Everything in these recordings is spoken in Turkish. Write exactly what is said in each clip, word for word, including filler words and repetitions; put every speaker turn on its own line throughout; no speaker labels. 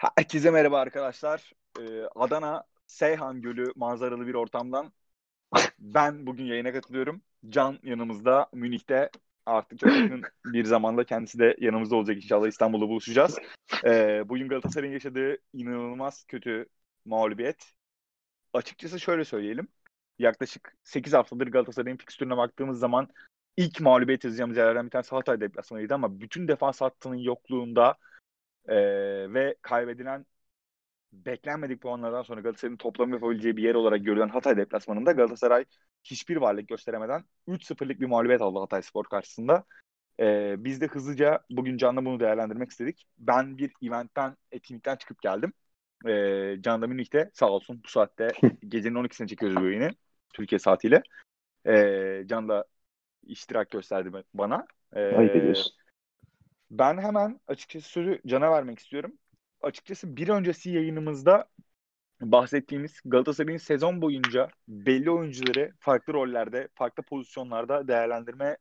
Herkese merhaba arkadaşlar. Ee, Adana Seyhan Gölü manzaralı bir ortamdan ben bugün yayına katılıyorum. Can yanımızda Münih'te, artık çok yakın bir zamanda kendisi de yanımızda olacak, inşallah İstanbul'da buluşacağız. Ee, bugün Galatasaray'ın yaşadığı inanılmaz kötü mağlubiyet. Açıkçası şöyle söyleyelim. Yaklaşık sekiz haftadır Galatasaray'ın fikstürüne baktığımız zaman ilk mağlubiyet yazacağımız yerlerden bir tanesi Hatay deplasmanıydı, ama bütün defans hattının yokluğunda e, ve kaybedilen beklenmedik puanlardan sonra Galatasaray'ın toplam yapabileceği bir yer olarak görülen Hatay deplasmanında Galatasaray hiçbir varlık gösteremeden üç sıfırlık bir mağlubiyet aldı Hatayspor karşısında. Ee, biz de hızlıca bugün Can'la bunu değerlendirmek istedik. Ben bir eventten, etkinlikten çıkıp geldim. Ee, Can da Münih'te, sağ olsun, bu saatte gecenin on ikisine çekiyoruz bu yayını Türkiye saatiyle. Ee, Can da iştirak gösterdi bana.
Ayıp
Ee,
ediyorsun.
ben hemen açıkçası sözü Can'a vermek istiyorum. Açıkçası bir öncesi yayınımızda bahsettiğimiz Galatasaray'ın sezon boyunca belli oyuncuları farklı rollerde, farklı pozisyonlarda değerlendirme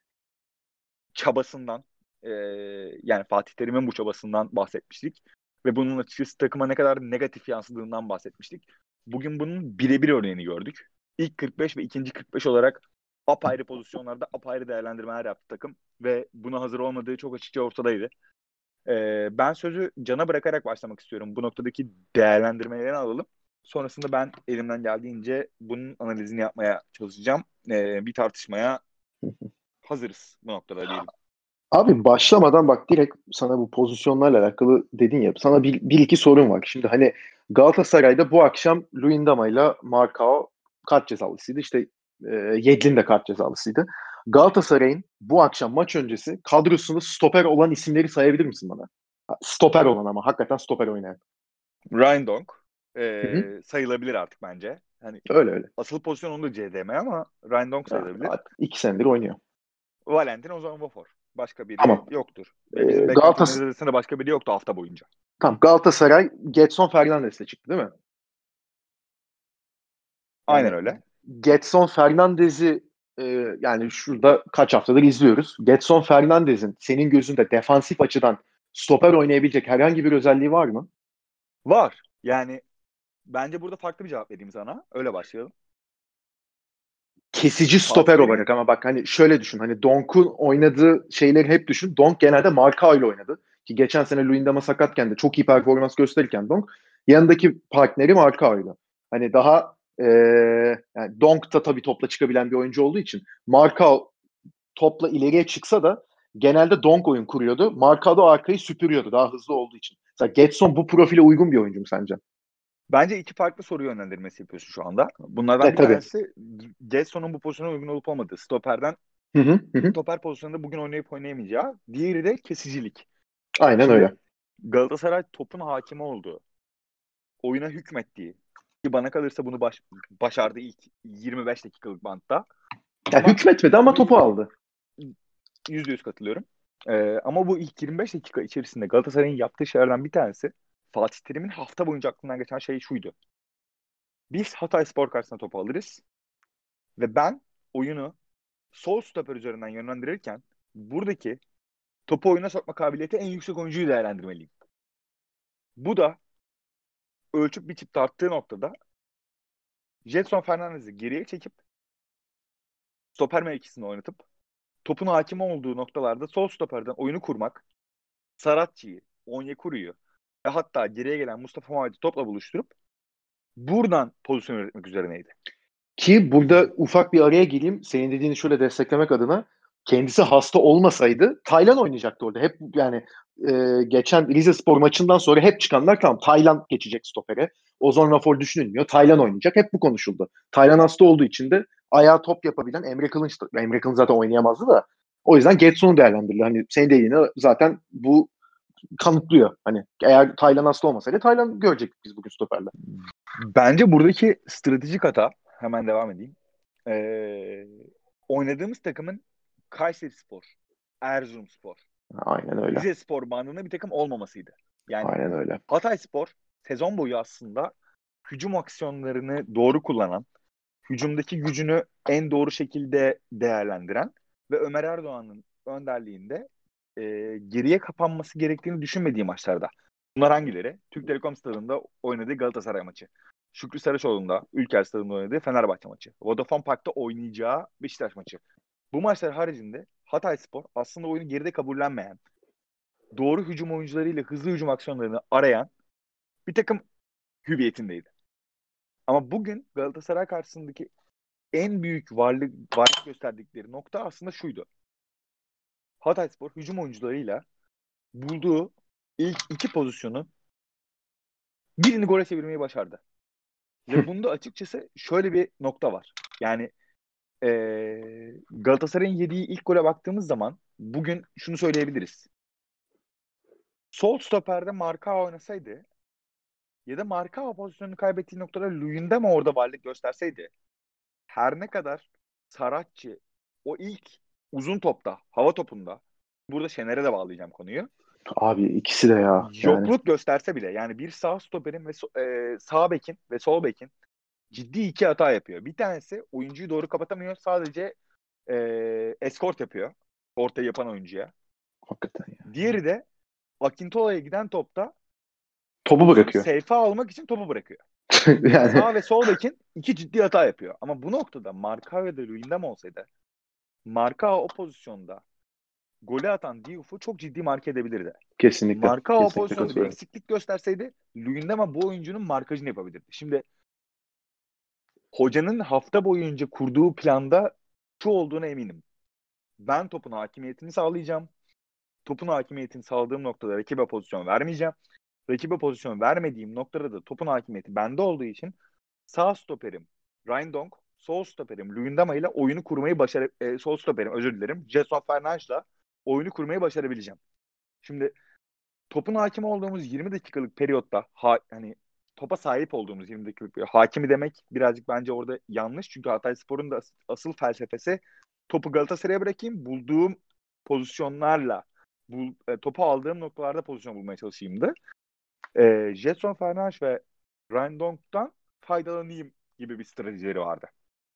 çabasından, e, yani Fatih Terim'in bu çabasından bahsetmiştik. Ve bunun açıkçası takıma ne kadar negatif yansıdığından bahsetmiştik. Bugün bunun birebir örneğini gördük. İlk kırk beş ve ikinci kırk beş olarak apayrı pozisyonlarda apayrı değerlendirmeler yaptı takım. Ve buna hazır olmadığı çok açıkça ortadaydı. Ee, ben sözü Can'a bırakarak başlamak istiyorum. Bu noktadaki değerlendirmelerini alalım. Sonrasında ben elimden geldiğince bunun analizini yapmaya çalışacağım. Ee, bir tartışmaya hazırız bu noktada diyelim.
Abi başlamadan bak direkt sana bu pozisyonlarla alakalı dedin ya. Sana bir, bir iki sorun var. Şimdi hani Galatasaray'da bu akşam Luyendama ile Marcao kart cezalısıydı. İşte e, Yedlin de kart cezalısıydı. Galatasaray'ın bu akşam maç öncesi kadrosunda stoper olan isimleri sayabilir misin bana? Ha, stoper olan, ama hakikaten stoper oynayan.
Ryan Donk
Hı hı.
ee, sayılabilir artık bence. Hani
Öyle öyle.
asıl pozisyon onda C D M, ama Ryan Donk
Ha,
sayılabilir.
iki senedir oynuyor.
Valentin Ozan-Vofor. Başka biri
Tamam.
yoktur. Ve bizim
E,
beklentimiz
Galatasaray,
arasında başka biri yoktu hafta boyunca.
tamam, Galatasaray Gedson Fernandes'le çıktı değil mi?
Aynen
Yani
öyle.
Gedson Fernandez'i e, yani şurada kaç haftadır izliyoruz. Gedson Fernandez'in senin gözünde defansif açıdan stoper oynayabilecek herhangi bir özelliği var mı?
Var. Yani bence burada farklı bir cevap vereyim sana. Öyle başlayalım.
Kesici
Fatih
stoper
Terim
olarak, ama bak hani şöyle düşün. Hani Donk'un oynadığı şeyleri hep düşün. Donk genelde Marka ile oynadı. Ki geçen sene Luyendama sakatken de çok iyi performans gösterirken Donk yanındaki partneri Markao'ydu. Hani daha e, yani Donk da tabii topla çıkabilen bir oyuncu olduğu için Markao topla ileriye çıksa da genelde Donk oyun kuruyordu. Marcado arkayı süpürüyordu daha hızlı olduğu için. Mesela Getson bu profile uygun bir oyuncu mu sence?
Bence iki farklı soru yönlendirmesi yapıyorsun şu anda. Bunlardan
E
bir
tabii.
tanesi Getson'un bu pozisyona uygun olup olmadığı. Stoperden
Hı hı, hı hı.
stoper pozisyonunda bugün oynayıp oynayamayacağı. Diğeri de kesicilik.
Aynen
Şimdi
öyle.
Galatasaray topun hakimi olduğu, oyuna hükmettiği, ki bana kalırsa bunu baş, başardı ilk yirmi beş dakikalık bantta.
Ya,
Ama
hükmetmedi ama
bu
topu aldı.
yüzde yüz katılıyorum. Ee, ama bu ilk yirmi beş dakika içerisinde Galatasaray'ın yaptığı şeylerden bir tanesi, Fatih Terim'in hafta boyunca aklından geçen şey şuydu: biz Hatayspor karşısında topu alırız ve ben oyunu sol stoper üzerinden yönlendirirken buradaki topu oyuna sokma kabiliyeti en yüksek oyuncuyu değerlendirmeliyim. Bu da ölçüp biçip tarttığı noktada Jetson Fernandez'i geriye çekip stoper mevkisinde oynatıp topun hakim olduğu noktalarda sol stoperden oyunu kurmak, Saratçı'yı, Onyekuru'yu ve hatta geriye gelen Mustafa Muhammed'i topla buluşturup buradan pozisyon üretmek üzerineydi.
Ki burada ufak bir araya gireyim. Senin dediğini şöyle desteklemek adına, kendisi hasta olmasaydı Taylan oynayacaktı orada. Hep yani e, geçen Rizespor maçından sonra hep çıkanlar tamam Taylan geçecek stopere. Ozan Rafor düşünülmüyor. Taylan oynayacak. Hep bu konuşuldu. Taylan hasta olduğu için de ayağa top yapabilen Emre Kılınç da, Emre Kılınç zaten oynayamazdı da, o yüzden Getson'u değerlendirdi. Hani senin dediğini zaten bu kanıtlıyor. Hani eğer Taylan hasta olmasaydı Taylan görecektik biz bugün stoperle.
Bence buradaki stratejik hata, hemen devam edeyim. Ee, oynadığımız takımın Kayserispor, Erzurumspor,
Aynen öyle.
Rizespor bandında bir takım olmamasıydı. Yani
Aynen öyle.
Hatayspor sezon boyu aslında hücum aksiyonlarını doğru kullanan, hücumdaki gücünü en doğru şekilde değerlendiren ve Ömer Erdoğan'ın önderliğinde e, geriye kapanması gerektiğini düşünmediği maçlarda. Bunlar hangileri? Türk Telekom Stadı'nda oynadığı Galatasaray maçı. Şükrü Saraçoğlu'nda Ülker Stadı'nda oynadığı Fenerbahçe maçı. Vodafone Park'ta oynayacağı Beşiktaş maçı. Bu maçlar haricinde Hatayspor aslında oyunu geride kabullenmeyen, doğru hücum oyuncularıyla hızlı hücum aksiyonlarını arayan bir takım hüviyetindeydi. Ama bugün Galatasaray karşısındaki en büyük varlık, varlık gösterdikleri nokta aslında şuydu. Hatayspor hücum oyuncularıyla bulduğu ilk iki pozisyonu birini gole çevirmeyi başardı. Ve bunda açıkçası şöyle bir nokta var. Yani ee, Galatasaray'ın yediği ilk gole baktığımız zaman bugün şunu söyleyebiliriz. Sol stoperde Marka oynasaydı ya da Marka pozisyonunu kaybettiği noktada Luyendama orada varlık gösterseydi, her ne kadar Saratçı o ilk uzun topta, hava topunda, burada Şener'e de bağlayacağım konuyu,
Abi ikisi de ya. Yani
yokluk gösterse bile, yani bir sağ stoperin ve so- e, sağ bekin ve sol bekin ciddi iki hata yapıyor. Bir tanesi oyuncuyu doğru kapatamıyor. Sadece e, eskort yapıyor. Ortayı yapan oyuncuya.
hakikaten ya.
Diğeri de Akintola'ya giden topta
Topu bırakıyor.
seyfe almak için topu bırakıyor.
Yani
Sağ ve sol bekin iki ciddi hata yapıyor. Ama bu noktada Marka ve de Luyendam olsaydı, Marka o pozisyonda golü atan Diouf'u çok ciddi marke edebilirdi.
kesinlikle.
Marka o
Kesinlikle
pozisyonda bir
katılıyorum.
eksiklik gösterseydi Luyendam bu oyuncunun markajını yapabilirdi. Şimdi hocanın hafta boyunca kurduğu planda şu olduğuna eminim. Ben topun hakimiyetini sağlayacağım. Topun hakimiyetini sağladığım noktada rakibe pozisyon vermeyeceğim. Rakibe pozisyon vermediğim noktada da topun hakimiyeti bende olduğu için sağ stoperim Rindonk, sol stoperim Luyendama ile oyunu kurmayı başarı e, sol stoperim özür dilerim. Jetson Fernandes'la oyunu kurmayı başarabileceğim. Şimdi topun hakim olduğumuz yirmi dakikalık periyotta ha, hani topa sahip olduğumuz yirmi dakikalık periyot, hakimi demek birazcık bence orada yanlış. Çünkü Hatayspor'un da as- asıl felsefesi topu Galatasaray'a bırakayım, bulduğum pozisyonlarla bul, e, topu aldığım noktalarda pozisyon bulmaya çalışayımdı. E, Jetson Fernandes ve Rindon'dan faydalanayım gibi bir stratejileri vardı.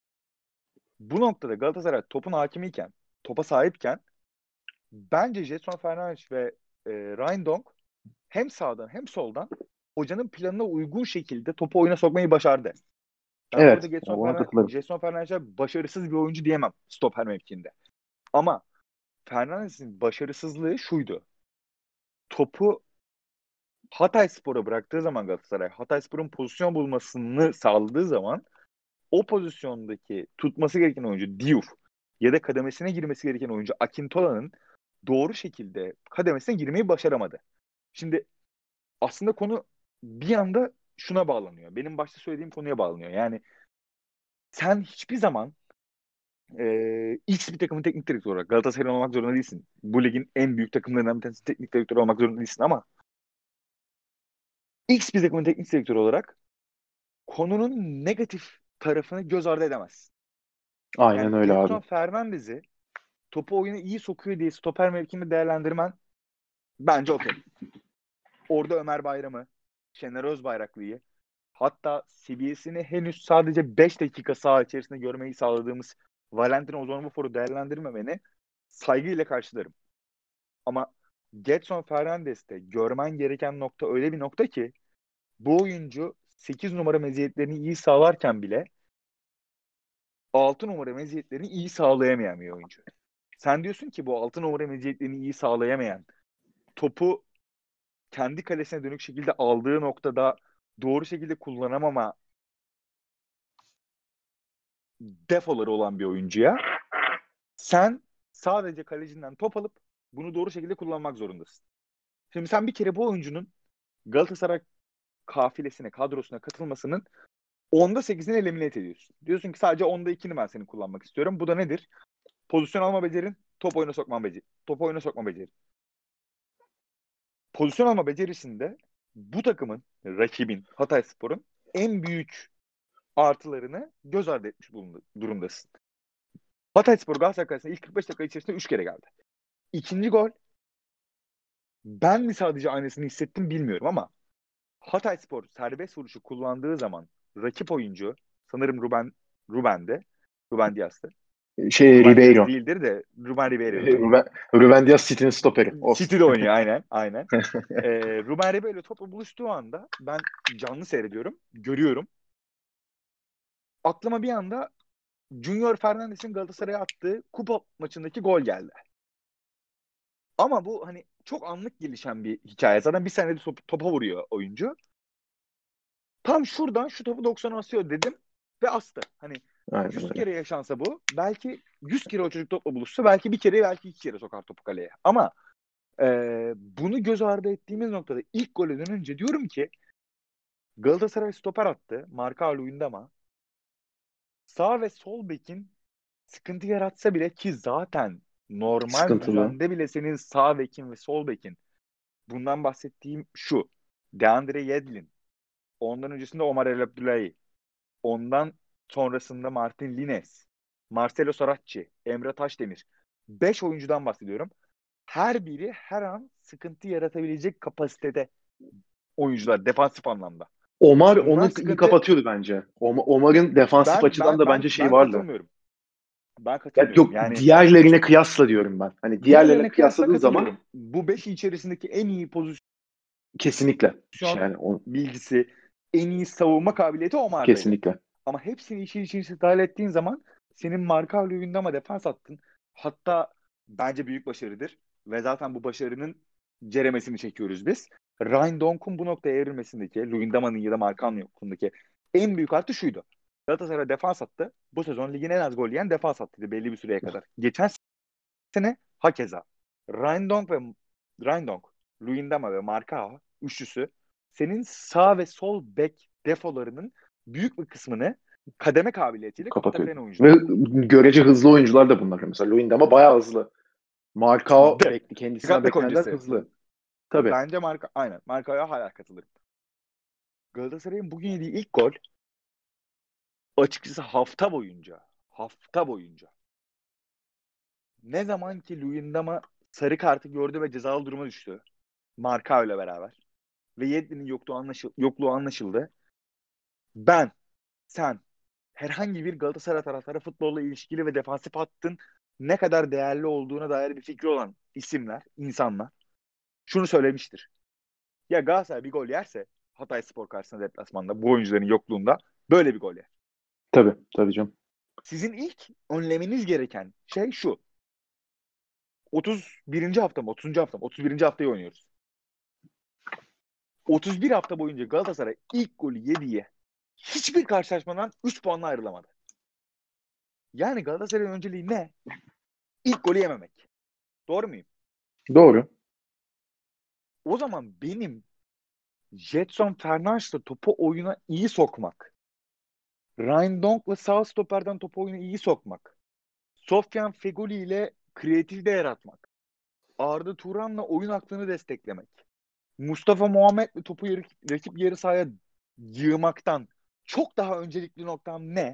Bu noktada Galatasaray topun hakimiyken, topa sahipken bence Jetson Fernandes ve e, Rindonk hem sağdan hem soldan hocanın planına uygun şekilde topu oyuna sokmayı başardı. Ben burada
Evet.
Jetson,
Ona
Fernan
katılıyorum.
Jetson Fernandes'e başarısız bir oyuncu diyemem stoper mevkiinde. Ama Fernandes'in başarısızlığı şuydu. Topu Hatayspor'a bıraktığı zaman Galatasaray, Hatayspor'un pozisyon bulmasını sağladığı zaman o pozisyondaki tutması gereken oyuncu Diouf ya da kademesine girmesi gereken oyuncu Akintola'nın doğru şekilde kademesine girmeyi başaramadı. Şimdi aslında konu bir anda şuna bağlanıyor. Benim başta söylediğim konuya bağlanıyor. Yani sen hiçbir zaman e, X bir takımın teknik direktörü olarak Galatasaray olmak zorunda değilsin. Bu ligin en büyük takımlarından bir tanesi teknik direktör olmak zorunda değilsin ama X bir takımın teknik direktörü olarak konunun negatif tarafını göz ardı edemezsin.
Aynen
Yani
öyle abi.
Gedson Fernandez'i topu oyuna iyi sokuyor diye stoper mevkinde değerlendirmen bence okey. Orada Ömer Bayram'ı, Şener Özbayraklı'yı, hatta seviyesini henüz sadece beş dakika saha içerisinde görmeyi sağladığımız Valentin Ozormufor'u değerlendirmemeni saygıyla karşılarım. Ama Gedson Fernandes'te görmen gereken nokta öyle bir nokta ki bu oyuncu sekiz numara meziyetlerini iyi sağlarken bile altı numara meziyetlerini iyi sağlayamayan bir oyuncu. Sen diyorsun ki bu altı numara meziyetlerini iyi sağlayamayan, topu kendi kalesine dönük şekilde aldığı noktada doğru şekilde kullanamama defoları olan bir oyuncuya sen sadece kalecinden top alıp bunu doğru şekilde kullanmak zorundasın. Şimdi sen bir kere bu oyuncunun Galatasaray kafilesine, kadrosuna katılmasının onda sekizini elimine ediyorsun. Diyorsun ki sadece onda ikini ben senin kullanmak istiyorum. Bu da nedir? Pozisyon alma becerin, top oyuna sokma beceri. Top oyuna sokma beceri. Pozisyon alma becerisinde bu takımın, rakibin, Hatayspor'un en büyük artılarını göz ardı etmiş bulundu, durumdasın. Hatayspor Galatasaray karşısında ilk kırk beş dakika içerisinde üç kere geldi. İkinci gol ben mi sadece aynısını hissettim bilmiyorum ama Hatayspor serbest vuruşu kullandığı zaman rakip oyuncu sanırım Ruben Ruben'de Ruben Dias'tı.
Şey
Ruben Dias
Ribeiro.
değildir de Ruben Ribeiro'dur.
Ruben, Ruben Dias City'nin stoperi. Olsun.
City'de oynuyor aynen. Aynen. Ee, Ruben Ribeiro topla buluştuğu anda ben canlı seyrediyorum. Görüyorum. Aklıma bir anda Junior Fernandes'in Galatasaray'a attığı kupa maçındaki gol geldi. Ama bu hani çok anlık gelişen bir hikaye. Zaten bir senede top, topa vuruyor oyuncu. Tam şuradan şu topu doksana asıyor dedim ve astı. Hani
Aynen
yüz
öyle.
kere yaşansa bu, belki yüz kere o çocuk topla buluşsa belki bir kere belki iki kere sokar topu kaleye. Ama e, bunu göz ardı ettiğimiz noktada ilk gole dönünce diyorum ki Galatasaray stoper attı. Marka Luyendama. Sağ ve sol bekin sıkıntı yaratsa bile ki zaten normal
Sıkıntılı.
düzende bile senin sağ bekin ve sol bekin, bundan bahsettiğim şu: DeAndre Yedlin, ondan öncesinde Omar El Abdullahi, ondan sonrasında Martin Lines, Marcelo Saracchi, Emre Taşdemir. Beş oyuncudan bahsediyorum. Her biri her an sıkıntı yaratabilecek kapasitede oyuncular defansif anlamda.
Omar
Bundan
onu iyi
sıkıntı
kapatıyordu bence. Oma- Omar'ın defansif
ben
açıdan
ben
da bence
ben
şey
ben
vardı.
katılmıyorum. Ben
Ya
katılmıyorum.
yok,
Yani
diğerlerine kıyasla diyorum ben. Hani diğerlerine
diğerlerine kıyasla
kıyasladığın zaman
katılıyorum. Bu beş içerisindeki en iyi
kesinlikle.
pozisyon
Yani o,
bilgisi, en iyi savunma kabiliyeti Omar'daydı.
kesinlikle.
Ama hepsini işin içine dahil ettiğin zaman senin Marka Luyendama defans attın. Hatta bence büyük başarıdır. Ve zaten bu başarının ceremesini çekiyoruz biz. Ryan Donk'un bu noktaya evrilmesindeki, Luyendama'nın ya da Markan'ın yokluğundaki en büyük artı şuydu: Galatasaray defans attı. Bu sezon ligin en az gol yiyen defans attıydı belli bir süreye kadar. Geçen sene hakeza. Ryan Donk ve Ryan Donk, Luyendama ve Marka üçlüsü senin sağ ve sol bek defolarının büyük bir kısmını kademe kabiliyetiyle
Kapatıyordu.
kapatabilen
Ve
oyunculardı.
görece hızlı oyuncular da bunlar. Mesela Luyendama bayağı hızlı. Markao
De.
bekli, kendisinden
Sakatlık
beklenenden
öncesi.
hızlı. Tabii.
Bence Marka, aynen. Marka'ya hala katılırım. Galatasaray'ın bugün yediği ilk gol açıkçası hafta boyunca hafta boyunca ne zaman ki Luyendama sarı kartı gördü ve cezalı duruma düştü Marka ile beraber ve Yedlin'in yokluğu, anlaşıl yokluğu anlaşıldı. Ben, sen, herhangi bir Galatasaray taraftarı futbolla ilişkili ve defansif hattın ne kadar değerli olduğuna dair bir fikri olan isimler, insanlar şunu söylemiştir: ya Galatasaray bir gol yerse Hatayspor karşısında deplasmanda bu oyuncuların yokluğunda böyle bir gol yer.
Tabii. Tabii canım.
Sizin ilk önlemeniz gereken şey şu: otuz birinci hafta mı, otuzuncu hafta mı? otuz birinci haftayı oynuyoruz. otuz bir hafta boyunca Galatasaray ilk golü yediği hiçbir karşılaşmadan üç puanla ayrılamadı. Yani Galatasaray'ın önceliği ne? İlk golü yememek. Doğru muyum?
Doğru.
O zaman benim Jetson Fernandes'la topu oyuna iyi sokmak, Ryan Donk'la sağ stoperden topu oyuna iyi sokmak, Sofyan Fegoli ile kreatif de yaratmak, Arda Turan'la oyun aklını desteklemek, Mustafa Muhammed'le topu yarı, rakip yarı sahaya yığmaktan çok daha öncelikli noktam ne?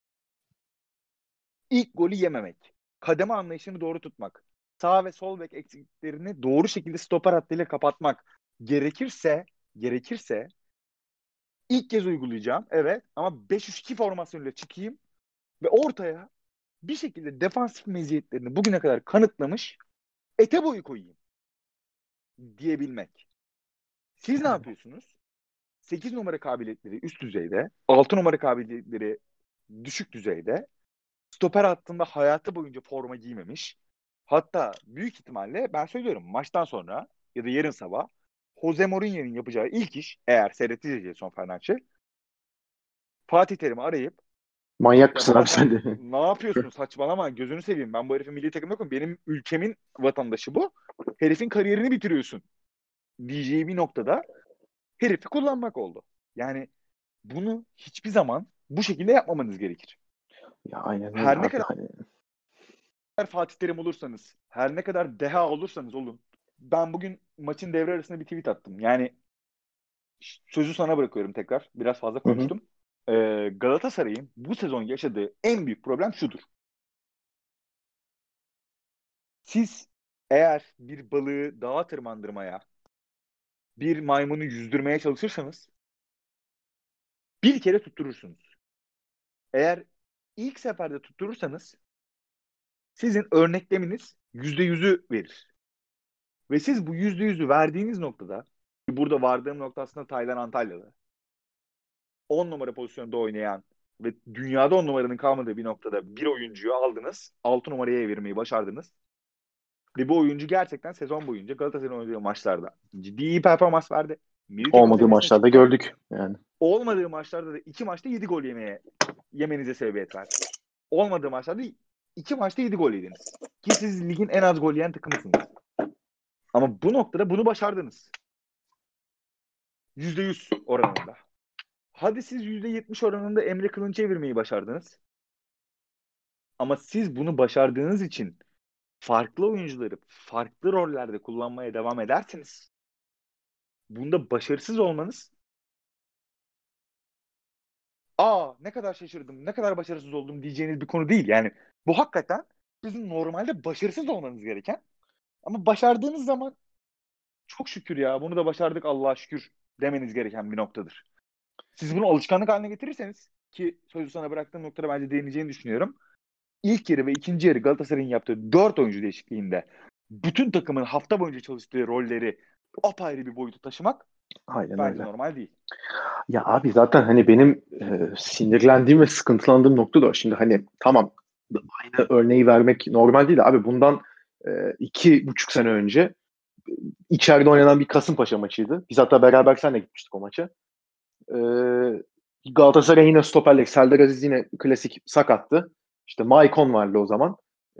İlk golü yememek. Kademe anlayışını doğru tutmak. Sağ ve sol bek eksikliklerini doğru şekilde stoper hattıyla kapatmak. Gerekirse, gerekirse ilk kez uygulayacağım. Evet, ama beş üç iki formasyonuyla çıkayım ve ortaya bir şekilde defansif meziyetlerini bugüne kadar kanıtlamış ete boyu koyayım diyebilmek. Siz ne yapıyorsunuz? sekiz numara kabiliyetleri üst düzeyde, altı numara kabiliyetleri düşük düzeyde. Stoper hattında hayatı boyunca forma giymemiş. Hatta büyük ihtimalle ben söylüyorum, maçtan sonra ya da yarın sabah Jose Mourinho'nun yapacağı ilk iş, eğer seyrettiğince Jetson Fernandes'i, Fatih Terim'i arayıp
Manyak
ya
mısın
baba
abi
sen
sen de?
ne yapıyorsun, saçmalama, gözünü seveyim, ben bu herifin milli takımda yokum, benim ülkemin vatandaşı bu, herifin kariyerini bitiriyorsun diyeceği bir noktada herifi kullanmak oldu. Yani bunu hiçbir zaman bu şekilde yapmamanız gerekir.
Ya aynen öyle
Her ne
abi.
kadar
Hani
Fatih Terim olursanız, her ne kadar deha olursanız olun. Ben bugün maçın devre arasında bir tweet attım. Yani sözü sana bırakıyorum tekrar. Biraz fazla
hı hı.
konuştum. Ee, Galatasaray'ın bu sezon yaşadığı en büyük problem şudur: siz eğer bir balığı dağa tırmandırmaya, bir maymunu yüzdürmeye çalışırsanız bir kere tutturursunuz. Eğer ilk seferde tutturursanız Sizin örnekleminiz yüzde yüzü verir. Ve siz bu yüzde yüzü verdiğiniz noktada, burada vardığım nokta aslında Taylan Antalyalı. on numara pozisyonda oynayan ve dünyada on numaranın kalmadığı bir noktada bir oyuncuyu aldınız. altı numaraya evirmeyi başardınız. Ve bu oyuncu gerçekten sezon boyunca Galatasaray'ın oynadığı maçlarda ciddi iyi performans verdi. Milli
olmadığı maçlarda çıktı. Gördük yani.
Olmadığı maçlarda da iki maçta yedi gol yemeye yemenize sebebiyet verdi. Olmadığı maçlarda iki maçta yedi gol yediniz. Ki siz ligin en az gol yiyen takımısınız. Ama bu noktada bunu başardınız. yüzde yüz oranında. Hadi siz yüzde yetmiş oranında Emre Kılınç'ı çevirmeyi başardınız. Ama siz bunu başardığınız için farklı oyuncuları farklı rollerde kullanmaya devam ederseniz bunda başarısız olmanız aa ne kadar şaşırdım, ne kadar başarısız oldum diyeceğiniz bir konu değil. Yani bu hakikaten sizin normalde başarısız olmanız gereken ama başardığınız zaman çok şükür ya bunu da başardık Allah'a şükür demeniz gereken bir noktadır. Siz bunu alışkanlık haline getirirseniz ki sözü sana bıraktığım noktada bence değineceğini düşünüyorum. İlk yarı ve ikinci yarı Galatasaray'ın yaptığı dört oyuncu değişikliğinde bütün takımın hafta boyunca çalıştığı rolleri apayrı bir boyuta taşımak
aynen
bence
öyle.
normal değil.
Ya abi zaten hani benim e, sinirlendiğim ve sıkıntılandığım nokta da şimdi hani tamam aynı örneği vermek normal değil abi. Bundan e, iki buçuk sene önce içeride oynanan bir Kasımpaşa maçıydı. Biz hatta beraber seninle gitmiştik o maça. E, Galatasaray yine stoperlik. Serdar Aziz yine klasik sakattı. İşte Maicon vardı o zaman. E,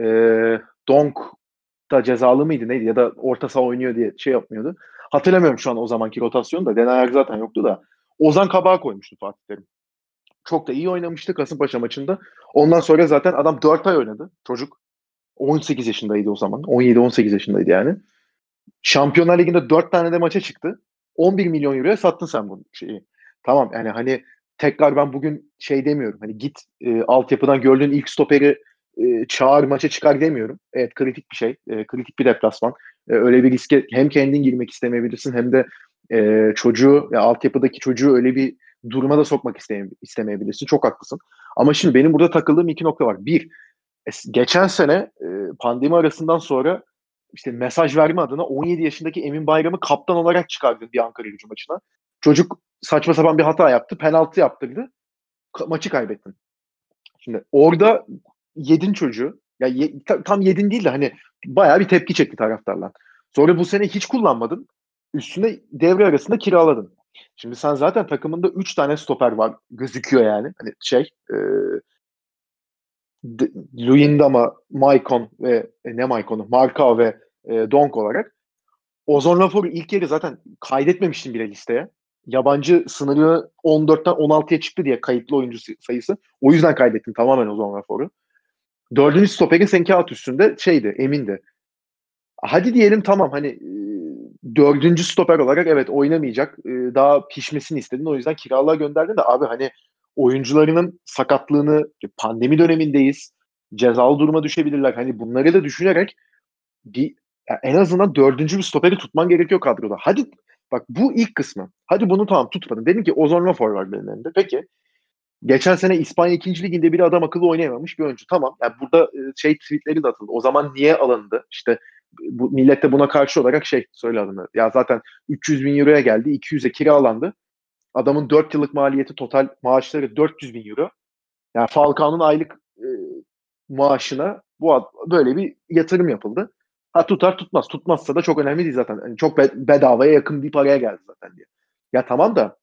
Donk da cezalı mıydı neydi ya da orta saha oynuyor diye şey yapmıyordu. Hatırlamıyorum şu an o zamanki rotasyonu da. Denayer zaten yoktu da. Ozan Kabak koymuştu Fatih Terim. Çok da iyi oynamıştı Kasımpaşa maçında. Ondan sonra zaten adam dört ay oynadı. Çocuk on sekiz yaşındaydı o zaman. on yedi on sekiz yaşındaydı yani. Şampiyonlar Ligi'nde dört tane de maça çıktı. on bir milyon euroya sattın sen bu şeyi. Tamam yani hani tekrar ben bugün şey demiyorum. Hani git e, altyapıdan gördüğün ilk stoperi e, çağır maça çıkar demiyorum. Evet kritik bir şey. E, kritik bir deplasman. E, öyle bir riske hem kendin girmek istemeyebilirsin hem de e, çocuğu ya altyapıdaki çocuğu öyle bir duruma da sokmak isteye, istemeyebilirsin. Çok haklısın. Ama şimdi benim burada takıldığım iki nokta var. Bir, geçen sene e, pandemi arasından sonra işte mesaj verme adına on yedi yaşındaki Emin Bayram'ı kaptan olarak çıkardı bir Ankaragücü maçına. Çocuk saçma sapan bir hata yaptı. Penaltı yaptırdı. Ka- maçı kaybettin. Şimdi orada yedin çocuğu. Ya ye, tam yedin değil de hani bayağı bir tepki çekti taraftarlar. Sonra bu sene hiç kullanmadın. Üstüne devre arasında kiraladın. Şimdi sen zaten takımında üç tane stoper var gözüküyor yani. Hani şey e, Luyendama, Maicon ve e, ne Maicon'u? Marka ve e, Donk olarak. Ozon Lafor'u ilk yarı zaten kaydetmemiştim bile listeye. Yabancı sınırı on dörtten on altıya çıktı diye kayıtlı oyuncu sayısı. O yüzden kaydettim tamamen Ozon Lafor'u. Dördüncü stoperin sen kağıt üstünde şeydi, Emin'di. Hadi diyelim tamam hani e, dördüncü stoper olarak evet oynamayacak. E, daha pişmesini istedin. O yüzden kiralığa gönderdin de abi hani oyuncularının sakatlığını pandemi dönemindeyiz. Cezalı duruma düşebilirler. Hani bunları da düşünerek bir yani en azından dördüncü bir stoperi tutman gerekiyor kadroda. Hadi bak bu ilk kısmı. Hadi bunu tamam tutmadın. Dedim ki Ozon Lafor var benim elimde. Peki. Geçen sene İspanya ikinci liginde bir adam akıllı oynayamamış bir oyuncu. Tamam. Yani burada şey tweetleri de atıldı. O zaman niye alındı? İşte bu millet de buna karşı olarak şey söyle adını. Ya zaten üç yüz bin euroya geldi. iki yüze kiralandı. Adamın dört yıllık maliyeti total maaşları dört yüz bin euro. Yani Falcao'nun aylık e, maaşına bu böyle bir yatırım yapıldı. Ha tutar tutmaz. Tutmazsa da çok önemli değil zaten. Yani çok bedavaya yakın bir paraya geldi zaten diye. Ya tamam da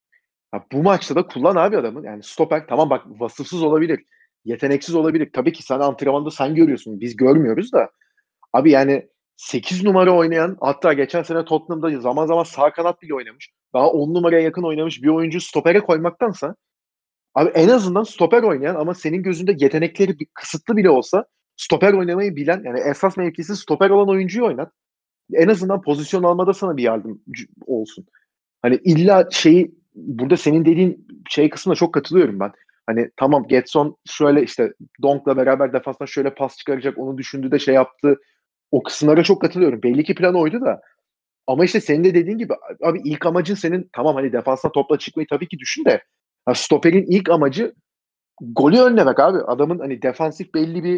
ya bu maçta da kullan abi adamı. Yani stoper tamam bak vasıfsız olabilir. Yeteneksiz olabilir. Tabii ki sen antrenmanda sen görüyorsun. Biz görmüyoruz da. Abi yani sekiz numara oynayan hatta geçen sene Tottenham'da zaman zaman sağ kanat bile oynamış. Daha on numaraya yakın oynamış bir oyuncu stopere koymaktansa abi en azından stoper oynayan ama senin gözünde yetenekleri bir, kısıtlı bile olsa stoper oynamayı bilen yani esas mevkisi stoper olan oyuncuyu oynat. En azından pozisyon almada sana bir yardım olsun. Hani illa şeyi burada senin dediğin şey kısmına çok katılıyorum ben. Hani tamam Getson şöyle işte Donk'la beraber defanstan şöyle pas çıkaracak onu düşündü de şey yaptı. O kısımlara çok katılıyorum. Belli ki plan oydu da. Ama işte senin de dediğin gibi abi ilk amacın senin tamam hani defanstan topla çıkmayı tabii ki düşün de ha, stoperin ilk amacı golü önlemek abi. Adamın hani defansif belli bir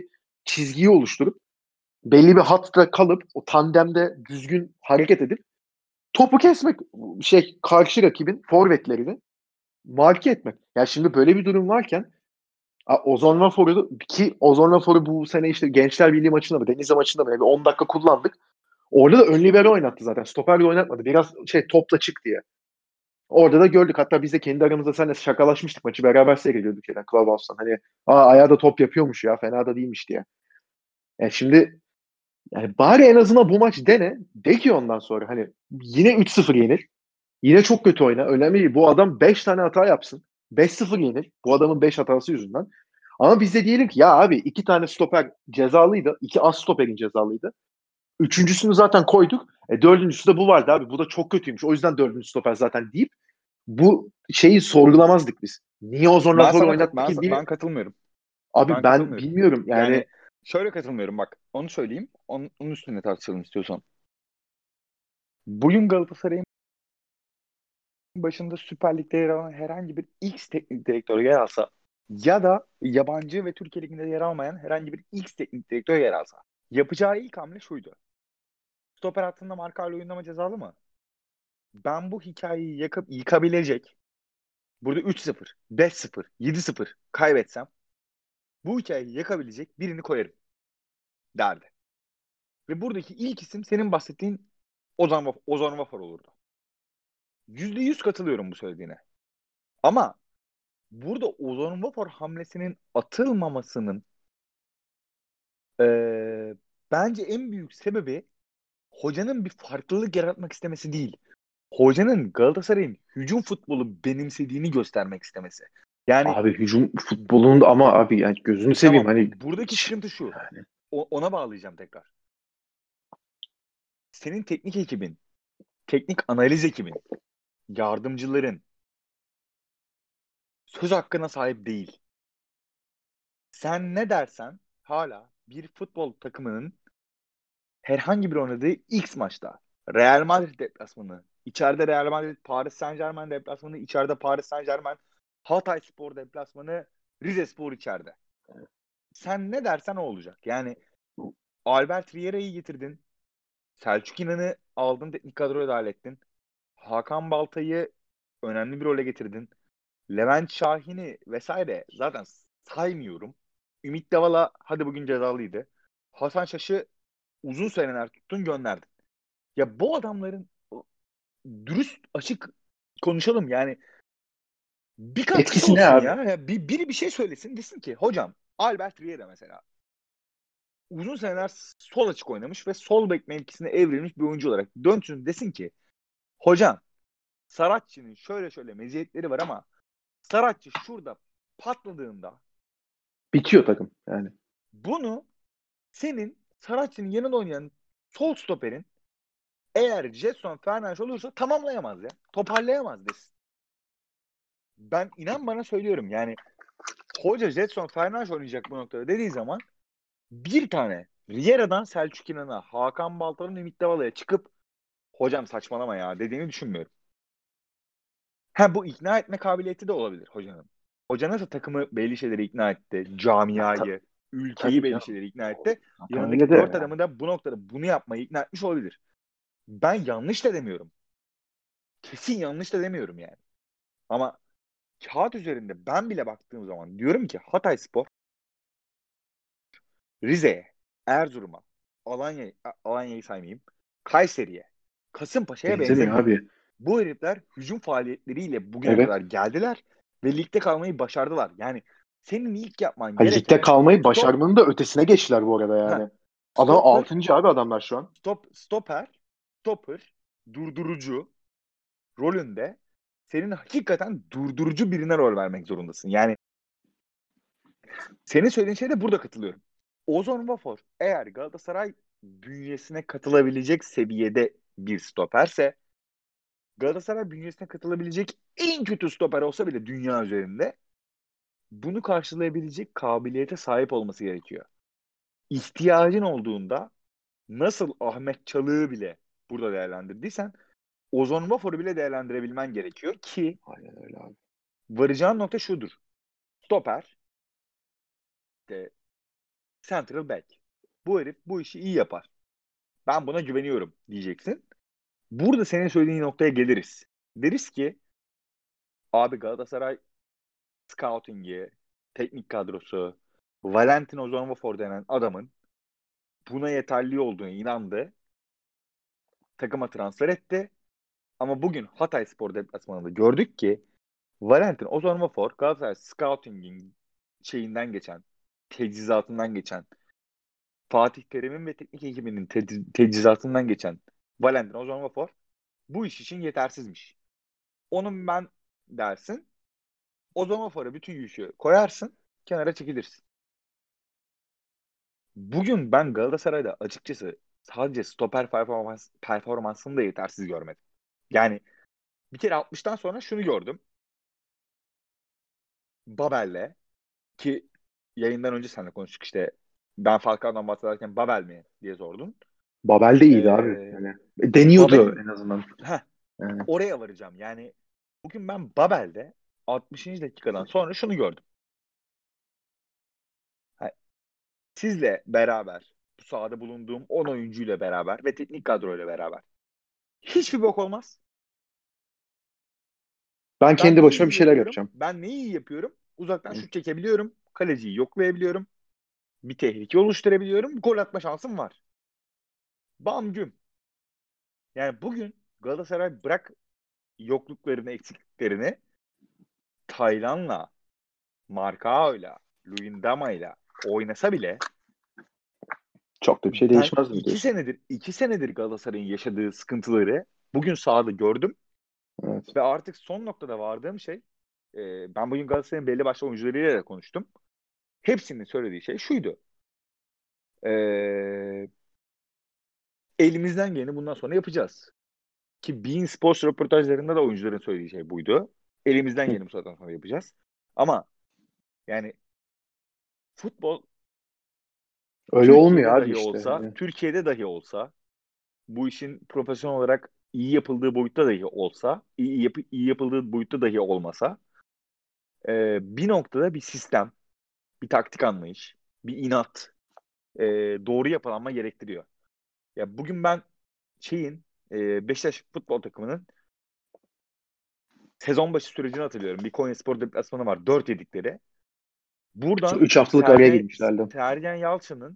çizgiyi oluşturup belli bir hatta kalıp o tandemde düzgün hareket edip topu kesmek, şey karşı rakibin forvetlerini marke etmek. Ya şimdi böyle bir durum varken Ozan Vafor'u ki Ozan Vafor'u bu sene işte Gençler Birliği maçında mı Denizli maçında mı bir on dakika kullandık. Orada da ön libero oynattı zaten. Stoperle oynatmadı. Biraz şey topla çık diye. Orada da gördük. Hatta biz de kendi aramızda seninle şakalaşmıştık. Maçı beraber seyrediyorduk yani Clubhouse'dan. Hani aa ayağı da top yapıyormuş ya. Fena da değilmiş diye. Yani şimdi yani bari en azından bu maç dene. De ki ondan sonra hani yine üç sıfır yenir. Yine çok kötü oyna. Önemli değil. Bu adam beş tane hata yapsın. beş sıfır yenir. Bu adamın beş hatası yüzünden. Ama biz de diyelim ki ya abi iki tane stoper cezalıydı. İki az stoperin cezalıydı. Üçüncüsünü zaten koyduk. E, dördüncüsü de bu vardı abi. Bu da çok kötüymüş. O yüzden dördüncü stoper zaten deyip bu şeyi sorgulamazdık biz. Niye Ozan
Ben
Rapor'u
sana kat-
oynattık
ben
ki diye.
ben katılmıyorum. Ben
Abi ben
katılmıyorum.
bilmiyorum yani.
Yani şöyle katılmıyorum bak. Onu söyleyeyim. Onun, onun üstüne tartışalım istiyorsan. Bugün Galatasaray'ın başında Süper Lig'de yer alan herhangi bir X teknik direktör yer alsa ya da yabancı ve Türkiye Ligi'nde yer almayan herhangi bir X teknik direktör yer alsa yapacağı ilk hamle şuydu. Stoper hattında markarla oyunlama cezalı mı? Ben bu hikayeyi yakıp yıkabilecek burada üç sıfır, beş sıfır, yedi sıfır kaybetsem bu hikayeyi yakabilecek birini koyarım derdi. Ve buradaki ilk isim senin bahsettiğin Ozan, Vaf- Ozan Vafar olurdu. yüzde yüz katılıyorum bu söylediğine. Ama burada Ozan Vafar hamlesinin atılmamasının eee, bence en büyük sebebi hocanın bir farklılık yaratmak istemesi değil. Hocanın Galatasaray'ın hücum futbolu benimsediğini göstermek istemesi. Yani
Abi hücum futbolunda ama
ya,
abi yani gözünü seveyim
tamam
hani
buradaki
hiç,
sıkıntı şu.
yani
O- ona bağlayacağım tekrar. Senin teknik ekibin, teknik analiz ekibin, yardımcıların söz hakkına sahip değil. Sen ne dersen hala bir futbol takımının herhangi bir oynadığı X maçta Real Madrid deplasmanı, içeride Real Madrid, Paris Saint-Germain deplasmanı, içeride Paris Saint-Germain, Hatayspor deplasmanı, Rizespor içeride. Sen ne dersen o olacak. Yani Albert Vieira'yı getirdin. Selçuk İnan'ı aldın, teknik kadroya dahil ettin. Hakan Balta'yı önemli bir role getirdin. Levent Şahin'i vesaire zaten saymıyorum. Ümit Davala hadi bugün cezalıydı. Hasan Şaş'ı uzun seneler tuttun gönderdin. Ya bu adamların dürüst açık konuşalım yani bir katkısı
etkisi ne
olsun
abi?
ya. Ya bir, biri bir şey söylesin desin ki hocam Albert Riera mesela uzun seneler sol açık oynamış ve sol bek mevkisine evrilmiş bir oyuncu olarak dönsün desin ki hocam Saratçı'nın şöyle şöyle meziyetleri var ama Saratçı şurada patladığında
Bitiyor takım yani.
bunu senin Saratçı'nın yanında oynayan sol stoperin eğer Jetson Fernandes olursa tamamlayamaz ya. Toparlayamaz desin. Ben inan bana söylüyorum yani hoca Jetson Fernandes oynayacak bu noktada dediği zaman bir tane Riera'dan Selçuk İnan'a, Hakan Balta'nın Ümit Davala'ya çıkıp hocam saçmalama ya dediğini düşünmüyorum. Ha bu ikna etme kabiliyeti de olabilir hocanın. Hoca nasıl takımı belli şeyleri ikna etti,
Ya, ta-
camiayı, ülkeyi
tabii
belli
canım.
şeyleri ikna etti.
Zaten öyle
Yanındaki
de
dört
yani.
adamı da bu noktada bunu yapmayı ikna etmiş olabilir. Ben yanlış da demiyorum. Kesin yanlış da demiyorum yani. Ama kağıt üzerinde ben bile baktığım zaman diyorum ki Hatayspor Rize'ye, Erzurum'a, Alanya, Alanya'yı saymayayım, Kayseri'ye, Kasımpaşa'ya
Benzemiyor
benzemiyor.
abi.
Bu herifler hücum faaliyetleriyle bugüne
Evet.
kadar geldiler ve ligde kalmayı başardılar. Yani senin ilk yapman
Ha, ligde
gereken
kalmayı
stop,
başarmanın da ötesine geçtiler bu arada
ha,
yani. Adam
stopper,
altıncı abi adamlar şu an.
stop, stopper, stopper, durdurucu rolünde senin hakikaten durdurucu birine rol vermek zorundasın. Yani senin söylediğin şeye de burada katılıyorum. Ozan Vafor eğer Galatasaray bünyesine katılabilecek seviyede bir stoperse Galatasaray bünyesine katılabilecek en kötü stoper olsa bile dünya üzerinde bunu karşılayabilecek kabiliyete sahip olması gerekiyor. İhtiyacın olduğunda nasıl Ahmet Çalık'ı bile burada değerlendirdiysen Ozan Vafor'u bile değerlendirebilmen gerekiyor ki
Aynen öyle abi.
varacağın nokta şudur. Stoper, işte Central back. Bu herif bu işi iyi yapar. Ben buna güveniyorum diyeceksin. Burada senin söylediğin noktaya geliriz. Deriz ki abi Galatasaray scouting'i, teknik kadrosu, Valentin Ozonvafor denen adamın buna yeterli olduğunu inandı. Takıma transfer etti. Ama bugün Hatayspor deplasmanında gördük ki Valentin Ozonvafor Galatasaray scouting'in şeyinden geçen, tecizatından geçen, Fatih Terim'in ve teknik ekibinin te- tecizatından geçen Valentin Ozonvafor bu iş için yetersizmiş. Onun ben dersin, Ozonvafor'a bütün yükü koyarsın, kenara çekilirsin. Bugün ben Galatasaray'da açıkçası sadece stoper performans, performansını da yetersiz görmedim. Yani bir kere altmıştan sonra şunu gördüm. Babel'le ki yayından önce seninle konuştuk işte ben Falcao'dan bahsederken Babel mi diye sordun.
Babel de iyiydi abi.
Ee,
Yani deniyordu
Babel'in
en azından.
heh,
Yani.
oraya varacağım. Yani bugün ben Babel'de altmışıncı dakikadan sonra şunu gördüm. Ha, sizle beraber bu sahada bulunduğum on oyuncuyla beraber ve teknik kadroyla beraber hiçbir bok olmaz.
Ben
Ben
kendi
neyi
başıma bir
iyi
şeyler
yapıyorum?
yapacağım.
Ben neyi iyi yapıyorum? Uzaktan
Hı.
şut çekebiliyorum. Kaleciyi yoklayabiliyorum. Bir tehlike oluşturabiliyorum. Gol atma şansım var. Bam güm. Yani bugün Galatasaray bırak yokluklarını, eksikliklerini Taylan'la, Marcao'yla, Luyendama'yla oynasa bile
Çok da bir şey
ben
değişmez mi
iki
diyorsun?
senedir iki senedir Galatasaray'ın yaşadığı sıkıntıları bugün sahada gördüm
Evet.
ve artık son noktada vardığım şey e, ben bugün Galatasaray'ın belli başlı oyuncularıyla da konuştum. Hepsinin söylediği şey şuydu. E, elimizden geleni bundan sonra yapacağız. Ki Bein Sports röportajlarında da oyuncuların söylediği şey buydu. Elimizden
Hı.
geleni bu saatten sonra yapacağız. Ama yani futbol
Öyle olmuyor
Türkiye'de
abi
dahi
işte.
olsa,
Yani.
Türkiye'de dahi olsa bu işin profesyonel olarak iyi yapıldığı boyutta dahi olsa, iyi, yapı, iyi yapıldığı boyutta dahi olmasa e, bir noktada bir sistem, bir taktik anlayış, bir inat, e, doğru yapılanma gerektiriyor. Ya bugün ben şeyin e, Beşiktaş futbol takımının sezon başı sürecini hatırlıyorum. Bir Konyaspor deplasmanı var. Dört yedikleri. Buradan
Üç haftalık araya
Sergen,
girmişlerdi.
Sergen Yalçın'ın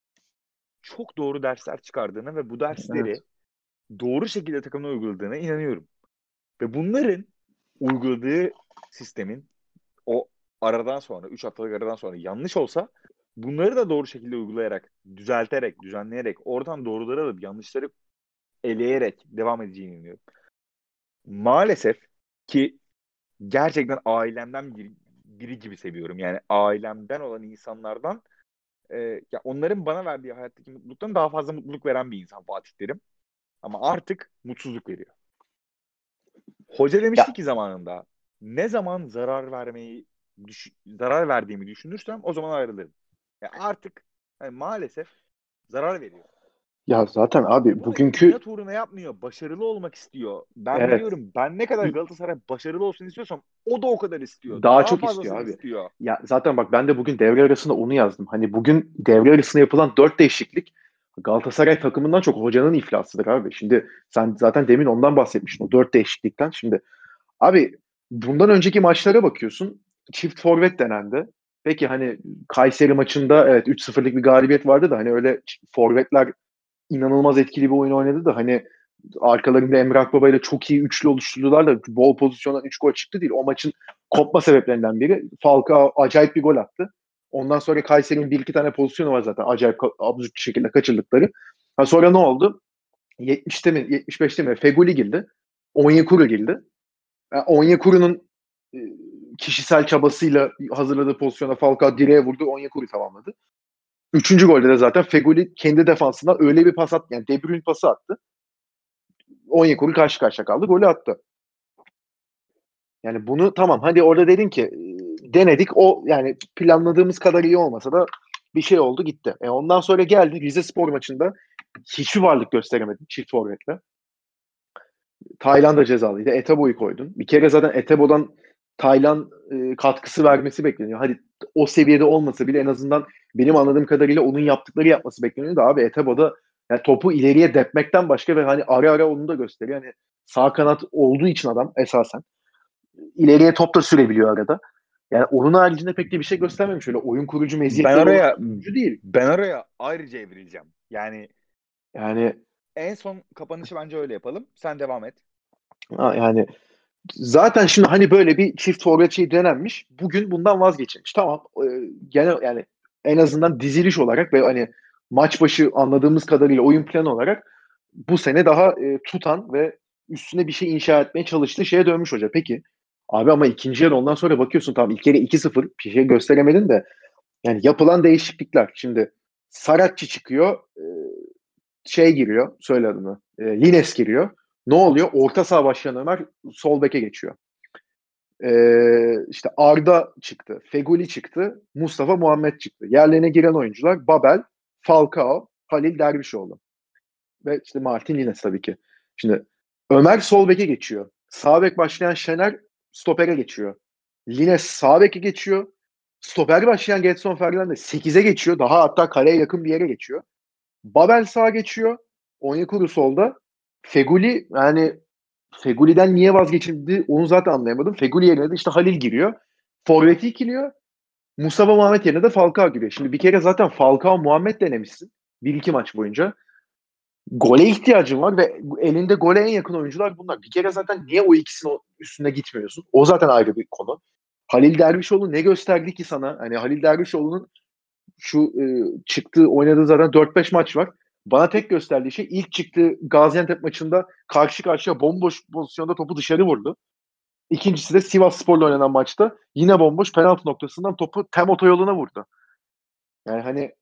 çok doğru dersler çıkardığını ve bu
Evet.
dersleri doğru şekilde takımına uyguladığına inanıyorum. Ve bunların uyguladığı sistemin o aradan sonra, üç haftalık aradan sonra yanlış olsa bunları da doğru şekilde uygulayarak, düzelterek, düzenleyerek, oradan doğruları alıp yanlışları eleyerek devam edeceğini inanıyorum. Maalesef ki gerçekten ailemden biri, biri gibi seviyorum. Yani ailemden olan insanlardan e, ya onların bana verdiği hayattaki mutluluktan daha fazla mutluluk veren bir insan Fatih Terim. Ama artık mutsuzluk veriyor. Hoca demişti
Ya
ki zamanında ne zaman zarar vermeyi düş- zarar verdiğimi düşünürsem o zaman ayrılırım. Ya artık yani maalesef zarar veriyor.
ya zaten
Ve
abi
bunu
bugünkü
inat uğruna yapmıyor. Başarılı olmak istiyor. Ben
evet
biliyorum ben ne kadar Galatasaray başarılı olsun istiyorsam o da o kadar istiyor.
daha
Daha
çok istiyor
fazlasını
abi.
istiyor.
Ya zaten bak ben de bugün devre arasında onu yazdım. Hani bugün devre arasında yapılan dört değişiklik Galatasaray takımından çok hocanın iflasıdır abi. Şimdi sen zaten demin ondan bahsetmiştin o dört değişiklikten. Şimdi abi bundan önceki maçlara bakıyorsun. Çift forvet denendi. Peki hani Kayseri maçında evet üç sıfırlık bir galibiyet vardı da hani öyle forvetler inanılmaz etkili bir oyun oynadı da hani arkalarında Emre Akbaba ile çok iyi üçlü oluşturdular da bol pozisyondan üç gol çıktı değil. O maçın kopma sebeplerinden biri. Falcao acayip bir gol attı. Ondan sonra Kayseri'nin bir iki tane pozisyonu var zaten acayip absürt bir şekilde kaçırdıkları. Ha sonra ne oldu? yetmişte mi yetmiş beşte mi Feguli girdi. Onyekuru girdi. Yani Onyekuru'nun e, kişisel çabasıyla hazırladığı pozisyona Falcao direğe vurdu. Onyekuru tamamladı. Üçüncü golde de zaten Feguli kendi defansından öyle bir pas attı. Yani De Bruyne pası attı. Onyekuru karşı karşıya kaldı. Golü attı. Yani bunu tamam hadi orada dedin ki e, denedik o yani planladığımız kadar iyi olmasa da bir şey oldu gitti. E ondan sonra geldi Rizespor maçında hiçbir varlık gösteremedin çift forvetle. Tayland da cezalıydı. Etebo'yu koydun. Bir kere zaten Etebo'dan Tayland e, katkısı vermesi bekleniyor. Hadi o seviyede olmasa bile en azından benim anladığım kadarıyla onun yaptıkları yapması bekleniyordu. Abi Etebo'da yani topu ileriye depmekten başka ve hani ara ara onu da gösteriyor. Hani sağ kanat olduğu için adam esasen ileriye top da sürebiliyor arada. Yani onun haricinde pek de bir şey göstermemiş. Öyle oyun kurucu
Ben
meziyetleri olan
oraya
bir oyuncu değil.
ben oraya ayrıca evrileceğim. Yani
Yani
en son kapanışı bence öyle yapalım. Sen devam et.
ha, yani zaten şimdi hani böyle bir çift forvet şey denenmiş. Bugün bundan vazgeçilmiş. Tamam. E, genel yani en azından diziliş olarak ve hani maç başı anladığımız kadarıyla oyun planı olarak bu sene daha e, tutan ve üstüne bir şey inşa etmeye çalıştığı şeye dönmüş hoca. Peki abi ama ikinci yarı ondan sonra bakıyorsun tamam ilk yarı iki sıfır bir şey gösteremedin de yani yapılan değişiklikler. Şimdi Saratçı çıkıyor. E, şey giriyor. Söyle adını. E, Lines giriyor. Ne oluyor? Orta saha başlayan Ömer sol beke geçiyor. Ee, işte Arda çıktı, Feguli çıktı, Mustafa Muhammed çıktı. Yerlerine giren oyuncular Babel, Falcao, Halil Dervişoğlu ve işte Martin Lines tabii ki. Şimdi Ömer sol beke geçiyor. Sağ bek başlayan Şener stopere geçiyor. Lines sağ beke geçiyor. Stoper başlayan Gedson Fernandes sekize geçiyor. Daha hatta kaleye yakın bir yere geçiyor. Babel sağa geçiyor. Onyekuru solda. Feguli yani Feguli'den niye vazgeçildi onu zaten anlayamadım. Feguli yerine de işte Halil giriyor. Forvet'i ikiliyor. Mustafa Muhammed yerine de Falcao giriyor. Şimdi bir kere zaten Falcao Muhammed denemişsin. Bir iki maç boyunca. Gole ihtiyacın var ve elinde gole en yakın oyuncular bunlar. Bir kere zaten niye o ikisinin üstüne gitmiyorsun? O zaten ayrı bir konu. Halil Dervişoğlu ne gösterdi ki sana? Hani Halil Dervişoğlu'nun şu e, çıktığı oynadığı zaten dört beş maç var. Bana tek gösterdiği şey ilk çıktığı Gaziantep maçında karşı karşıya bomboş pozisyonda topu dışarı vurdu. İkincisi de Sivasspor'la oynanan maçta yine bomboş penaltı noktasından topu tem otoyoluna vurdu. Yani hani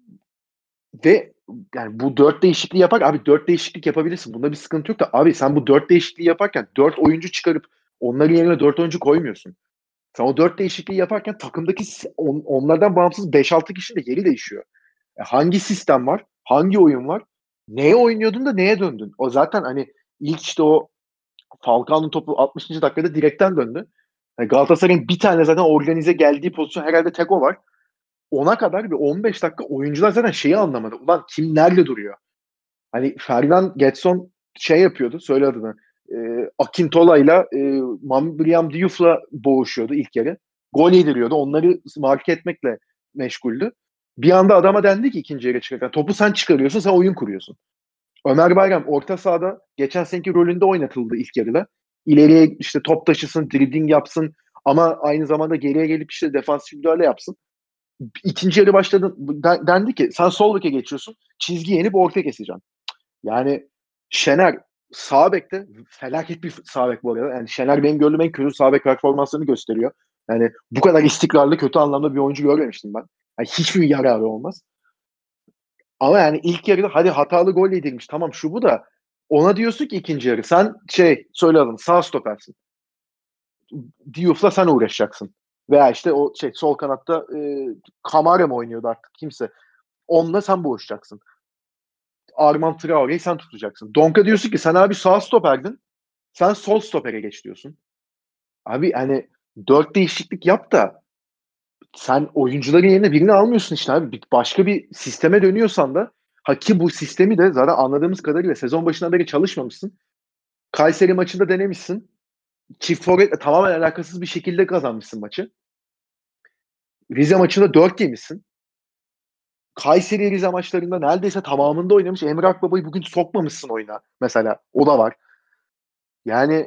ve yani bu dört değişikliği yapar abi dört değişiklik yapabilirsin. Bunda bir sıkıntı yok da abi sen bu dört değişikliği yaparken dört oyuncu çıkarıp onların yerine dört oyuncu koymuyorsun. Sen o dört değişikliği yaparken takımdaki on, onlardan bağımsız beş altı kişinin de yeri değişiyor. E hangi sistem var? Hangi oyun var? Neye oynuyordun da neye döndün? O zaten hani ilk işte o Falcao'nun topu altmışıncı dakikada direkten döndü. Yani Galatasaray'ın bir tane zaten organize geldiği pozisyon herhalde tek o var. Ona kadar bir on beş dakika oyuncular zaten şeyi anlamadı. Ulan kim nerede duruyor? Hani Fernan Getson şey yapıyordu. Söyle adını. E, Akintola'yla e, William Diouf'la boğuşuyordu ilk yarı. Gol yediriyordu. Onları marke etmekle meşguldü. Bir anda adama dendi ki ikinci yarı çıkarken topu sen çıkarıyorsun, sen oyun kuruyorsun. Ömer Bayram orta sahada geçen seneki rolünde oynatıldı ilk yarıda. İleriye işte top taşısın, dribbling yapsın ama aynı zamanda geriye gelip işte defansif müdahale yapsın. İkinci yarı başladı. Dendi ki sen sol beke geçiyorsun. Çizgi yenip orta keseceksin. Yani Şener sağ bekte felaket bir sağ bek bu arada. Yani Şener benim gördüğüm en kötü sağ bek performanslarını gösteriyor. Yani bu kadar istikrarlı kötü anlamda bir oyuncu görmemiştim ben. Yani hiçbir yararı olmaz. Ama yani ilk yarıda hadi hatalı gol yedirmiş. Tamam şu bu da ona diyorsun ki ikinci yarı sen şey söyle alın sağ stopersin. Diouf'la sen uğraşacaksın. Veya işte o şey sol kanatta e, Kamara mı oynuyordu artık kimse. Onunla sen boğuşacaksın. Armand Traore'yi sen tutacaksın. Donka diyorsun ki sen abi sağ stoperdin. Sen sol stopere geç diyorsun. Abi hani dört değişiklik yap da sen oyuncuların yerine birini almıyorsun işte abi. Başka bir sisteme dönüyorsan da ha ki bu sistemi de zaten anladığımız kadarıyla sezon başından beri çalışmamışsın. Kayseri maçında denemişsin. Çift forvetle tamamen alakasız bir şekilde kazanmışsın maçı. Rize maçında dört yemişsin. Kayseri Rize maçlarında neredeyse tamamında oynamış. Emre Akbaba'yı bugün sokmamışsın oyuna mesela. O da var. Yani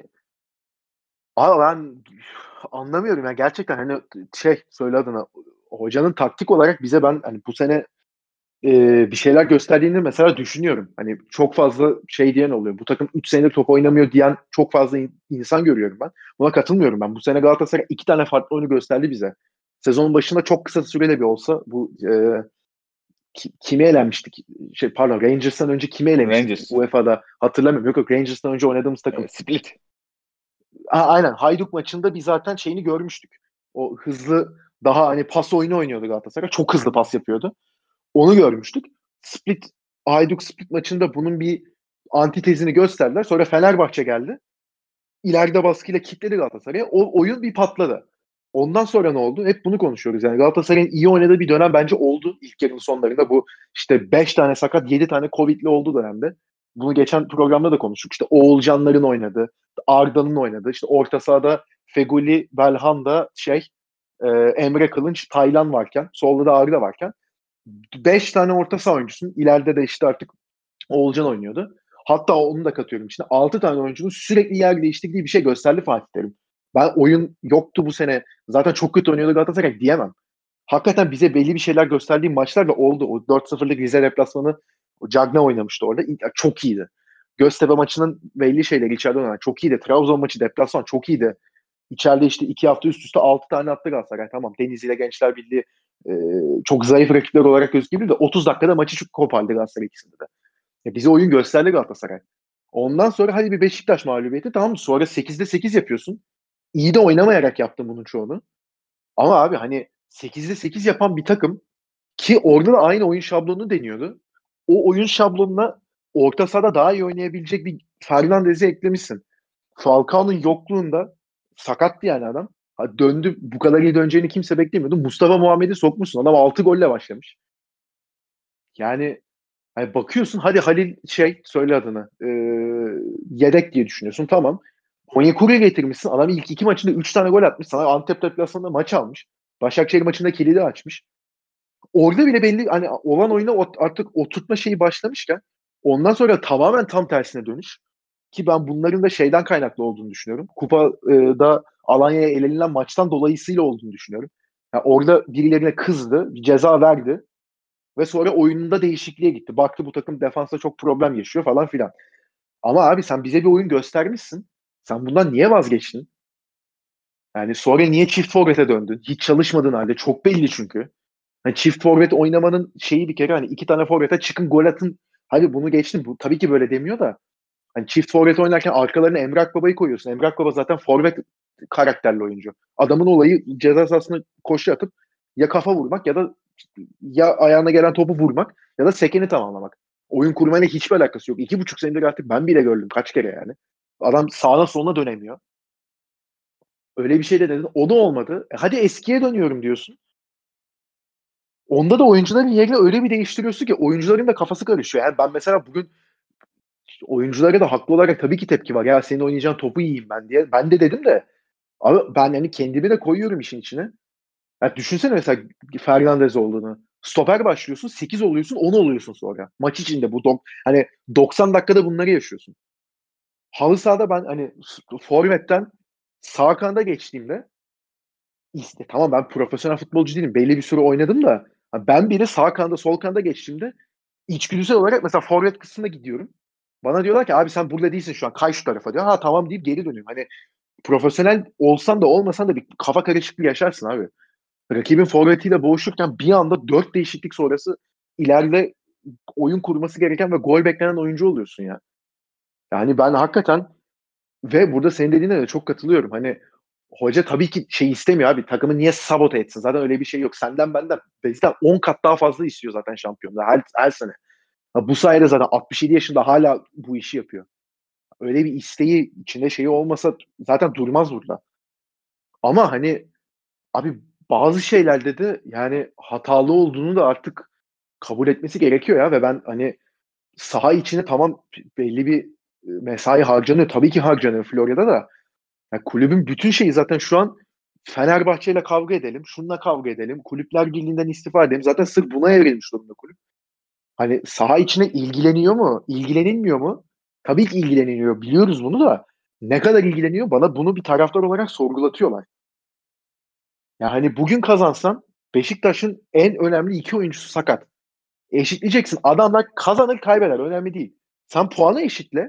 abi ben anlamıyorum. Yani gerçekten hani şey söyle adına hocanın taktik olarak bize ben hani bu sene e, bir şeyler gösterdiğini mesela düşünüyorum. Hani çok fazla şey diyen oluyor. Bu takım üç senedir top oynamıyor diyen çok fazla in- insan görüyorum ben. Buna katılmıyorum ben. Bu sene Galatasaray iki tane farklı oyunu gösterdi bize. Sezonun başında çok kısa sürede bir olsa bu e, ki, kimi elenmiştik? Şey pardon Rangers'tan önce kimi elemiştik
Rangers.
U E F A'da? Hatırlamıyorum. Yok yok Rangers'tan önce oynadığımız takım.
E, Split.
Ha, aynen Hayduk maçında bir zaten şeyini görmüştük. O hızlı daha hani pas oyunu oynuyordu Galatasaray. Çok hızlı pas yapıyordu. Onu görmüştük. Split Hayduk Split maçında bunun bir antitezini gösterdiler. Sonra Fenerbahçe geldi. İleride baskıyla kilitledi Galatasaray'ı. O oyun bir patladı. Ondan sonra ne oldu? Hep bunu konuşuyoruz. Yani Galatasaray'ın iyi oynadığı bir dönem bence oldu. İlk yarının sonlarında bu işte beş tane sakat yedi tane Covid'li olduğu dönemde. Bunu geçen programda da konuştuk. İşte Oğulcanların oynadı. Arda'nın oynadı. İşte orta sahada Feguli, Belhanda, şey e, Emre Kılınç, Taylan varken, solda da Arda varken beş tane orta saha oyuncusun. İleride de işte artık Oğulcan oynuyordu. Hatta onu da katıyorum içine. altı tane oyuncunun sürekli yer değiştirdiği bir şey gösterdi Fatih Terim. Ben oyun yoktu bu sene. Zaten çok kötü oynuyordu Galatasaray diyemem. Hakikaten bize belli bir şeyler gösterdiği maçlar da oldu. O dört sıfırlık Rize deplasmanı o Cagney oynamıştı orada. Çok iyiydi. Göztepe maçının belli şeyleri içeride oynanan çok iyiydi. Trabzon maçı deplasman çok iyiydi. İçeride işte iki hafta üst üste altı tane attı Galatasaray. Tamam Denizli ile Gençler Birliği e, çok zayıf rakipler olarak gözükebilir de otuz dakikada maçı çok kopardı Galatasaray ikisinde de. Ya bize oyun gösterdi Galatasaray. Ondan sonra hadi bir Beşiktaş mağlubiyeti tamam mı? Sonra sekizde sekiz yapıyorsun. İyi de oynamayarak yaptın bunun çoğunu. Ama abi hani sekizde sekiz yapan bir takım ki orada da aynı oyun şablonunu deniyordu. O oyun şablonuna orta sahada daha iyi oynayabilecek bir Fernandez'i eklemişsin. Falcao'nun yokluğunda sakattı yani adam. Ha, döndü. Bu kadar iyi döneceğini kimse beklemiyordu. Mustafa Muhammed'i sokmuşsun. Adam altı golle başlamış. Yani hani bakıyorsun hadi Halil şey söyle adını e, yedek diye düşünüyorsun tamam. Onyekuru'yu getirmişsin. Adam ilk iki maçında üç tane gol atmış. Sana Antep deplasmanında maç almış. Başakşehir maçında kilidi açmış. Orada bile belli hani olan oyuna artık oturtma şeyi başlamışken ondan sonra tamamen tam tersine dönüş. Ki ben bunların da şeyden kaynaklı olduğunu düşünüyorum. Kupada Alanya'ya elenilen maçtan dolayısıyla olduğunu düşünüyorum. Yani orada birilerine kızdı, bir ceza verdi. Ve sonra oyununda değişikliğe gitti. Baktı bu takım defansta çok problem yaşıyor falan filan. Ama abi sen bize bir oyun göstermişsin. Sen bundan niye vazgeçtin? Yani sonra niye çift forvete döndün? Hiç çalışmadığın halde çok belli çünkü. Hani çift forvet oynamanın şeyi bir kere hani iki tane forvete çıkın gol atın. Hadi bunu geçtim. Bu tabii ki böyle demiyor da. Hani çift forvet oynarken arkalarına Emre Akbaba'yı koyuyorsun. Emre Akbaba zaten forvet karakterli oyuncu. Adamın olayı ceza sahasına koşu atıp ya kafa vurmak ya da ya ayağına gelen topu vurmak ya da sekeni tamamlamak. Oyun kurmayla hiçbir alakası yok. İki buçuk senedir artık ben bile gördüm kaç kere yani. Adam sağına soluna dönemiyor. Öyle bir şey de dedin. O da olmadı. E hadi eskiye dönüyorum diyorsun. Onda da oyuncuların yerini öyle bir değiştiriyorsun ki oyuncuların da kafası karışıyor. Yani ben mesela bugün oyunculara da haklı olarak tabii ki tepki var. Ya senin oynayacağın topu yiyeyim ben diye. Ben de dedim de abi ben yani kendimi de koyuyorum işin içine. Ya düşünsene mesela Fernandez olduğunu. Stoper başlıyorsun, sekiz oluyorsun, on oluyorsun sonra. Maç içinde bu dok hani doksan dakikada bunları yaşıyorsun. Halı sahada ben hani forvetten sağ kanada geçtiğimde işte tamam ben profesyonel futbolcu değilim. Belli bir süre oynadım da ben bile sağ kanada sol kanada geçtiğimde içgüdüsel olarak mesela forvet kısmına gidiyorum. Bana diyorlar ki abi sen burada değilsin şu an kay şu tarafa diyor. Ha tamam deyip geri dönüyorum. Hani profesyonel olsan da olmasan da bir kafa karışıklığı yaşarsın abi. Rakibin forvetiyle boğuşurken bir anda dört değişiklik sonrası ileride oyun kurması gereken ve gol beklenen oyuncu oluyorsun ya. Yani ben hakikaten ve burada senin dediğine de çok katılıyorum. Hani hoca tabii ki şey istemiyor abi. Takımı niye sabote etsin? Zaten öyle bir şey yok. Senden benden bizden on kat daha fazla istiyor zaten şampiyonluğu her, her sene. Ha, bu sayede zaten altmış yedi yaşında hala bu işi yapıyor. Öyle bir isteği içinde şeyi olmasa zaten durmaz burada. Ama hani abi bazı şeylerde de yani hatalı olduğunu da artık kabul etmesi gerekiyor ya ve ben hani saha içine tamam belli bir mesai harcanıyor. Tabii ki harcanıyor Florya'da da. Yani kulübün bütün şeyi zaten şu an Fenerbahçe ile kavga edelim, şununla kavga edelim, Kulüpler Birliği'nden istifa edelim. Zaten sırf buna evrilmiş durumda kulüp. Hani saha içine ilgileniyor mu, ilgilenilmiyor mu? Tabii ki ilgileniyor. Biliyoruz bunu da. Ne kadar ilgileniyor? Bana bunu bir taraftar olarak sorgulatıyorlar. Ya hani bugün kazansan Beşiktaş'ın en önemli iki oyuncusu sakat. Eşitleyeceksin. Adamlar kazanır kaybeder. Önemli değil. Sen puanı eşitle.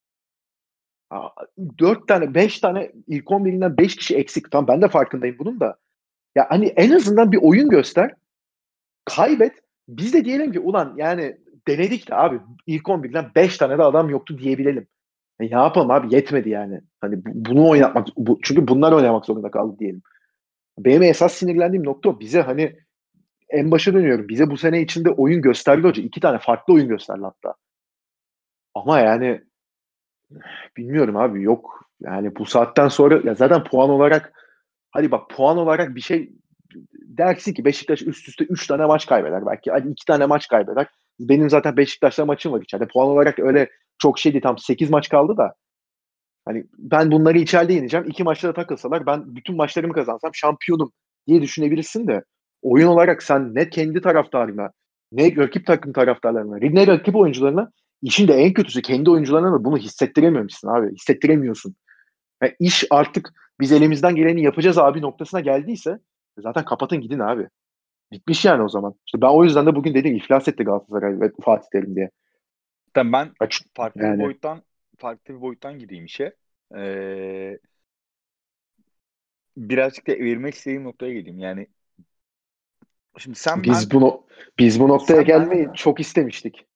Dört tane, beş tane ilk on birinden beş kişi eksik. Tamam ben de farkındayım bunun da. Ya hani en azından bir oyun göster. Kaybet. Biz de diyelim ki ulan yani denedik de abi ilk on birden beş tane de adam yoktu diyebilelim. E, ne yapalım abi yetmedi yani. Hani bu- bunu oynatmak bu, çünkü bunlar oynamak zorunda kaldı diyelim. Benim esas sinirlendiğim nokta o. Bize hani en başa dönüyorum. Bize bu sene içinde oyun gösterdi hoca. İki tane farklı oyun gösterdi hatta. Ama yani bilmiyorum abi yok. Yani bu saatten sonra ya zaten puan olarak hadi bak puan olarak bir şey dersin ki Beşiktaş üst üste üç tane maç kaybeder belki. Hadi iki tane maç kaybeder. Benim zaten Beşiktaş'la maçım var içeride. Puan olarak öyle çok şey değil. Tam sekiz maç kaldı da. Hani ben bunları içeride yeneceğim. İki maçta da takılsalar ben bütün maçlarımı kazansam şampiyonum diye düşünebilirsin de oyun olarak sen ne kendi taraftarına ne rakip takım taraftarlarına ne rakip oyuncularına işin de en kötüsü kendi oyuncularına da bunu hissettiremiyormuşsun abi. Hissettiremiyorsun. Yani iş artık biz elimizden geleni yapacağız abi noktasına geldiyse zaten kapatın gidin abi. Bitmiş yani o zaman. İşte ben o yüzden de bugün dedim iflas etti Galatasaray ve Fatih Terim diye.
Tabii ben
Aç,
farklı bir
yani
boyuttan farklı bir boyuttan gideyim işe. Ee, birazcık da evirmek istediğim noktaya geleyim. Yani şimdi sen ben
biz bunu biz bu noktaya
sen ben
gelmeyi çok istemiştik.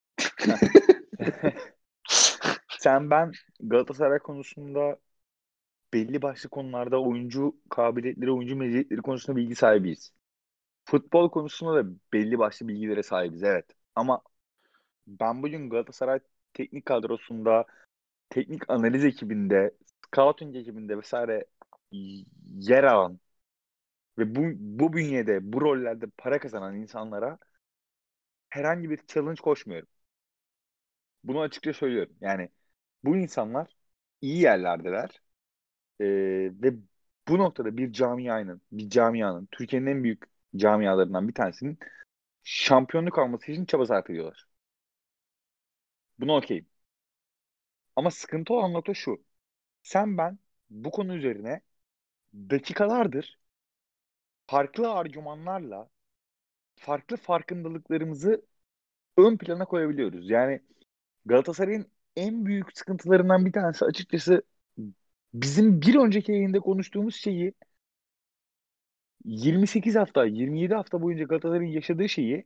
sen ben Galatasaray konusunda belli başlı konularda oyuncu kabiliyetleri, oyuncu meziyetleri konusunda bilgi sahibiyiz. Futbol konusunda da belli başlı bilgilere sahibiz, evet. Ama ben bugün Galatasaray teknik kadrosunda, teknik analiz ekibinde, scouting ekibinde vesaire yer alan ve bu, bu bünyede, bu rollerde para kazanan insanlara herhangi bir challenge koşmuyorum. Bunu açıkça söylüyorum. Yani bu insanlar iyi yerlerdeler. Ee, ve bu noktada bir camianın, bir camianın, Türkiye'nin en büyük camialarından bir tanesinin şampiyonluk alması için çaba sarf ediyorlar. Buna okeyim. Ama sıkıntı olan nokta şu. Sen ben bu konu üzerine dakikalardır farklı argümanlarla farklı farkındalıklarımızı ön plana koyabiliyoruz. Yani Galatasaray'ın en büyük sıkıntılarından bir tanesi açıkçası bizim bir önceki yayında konuştuğumuz şeyi yirmi sekiz hafta, yirmi yedi hafta boyunca Galatasaray'ın yaşadığı şeyi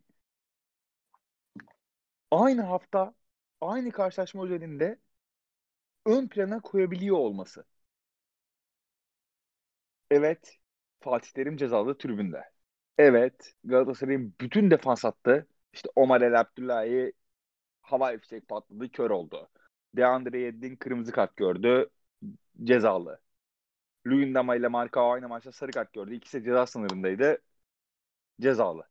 aynı hafta, aynı karşılaşma üzerinde ön plana koyabiliyor olması. Evet, Fatih Terim cezalı tribünde. Evet, Galatasaray'ın bütün defans hattı işte Omar El Abdullahi havai fişek patladı, kör oldu. DeAndre Yedlin kırmızı kart gördü, cezalı. Luyendama ile Marka aynı maçta sarı kart gördü. İkisi de ceza sınırındaydı, cezalı.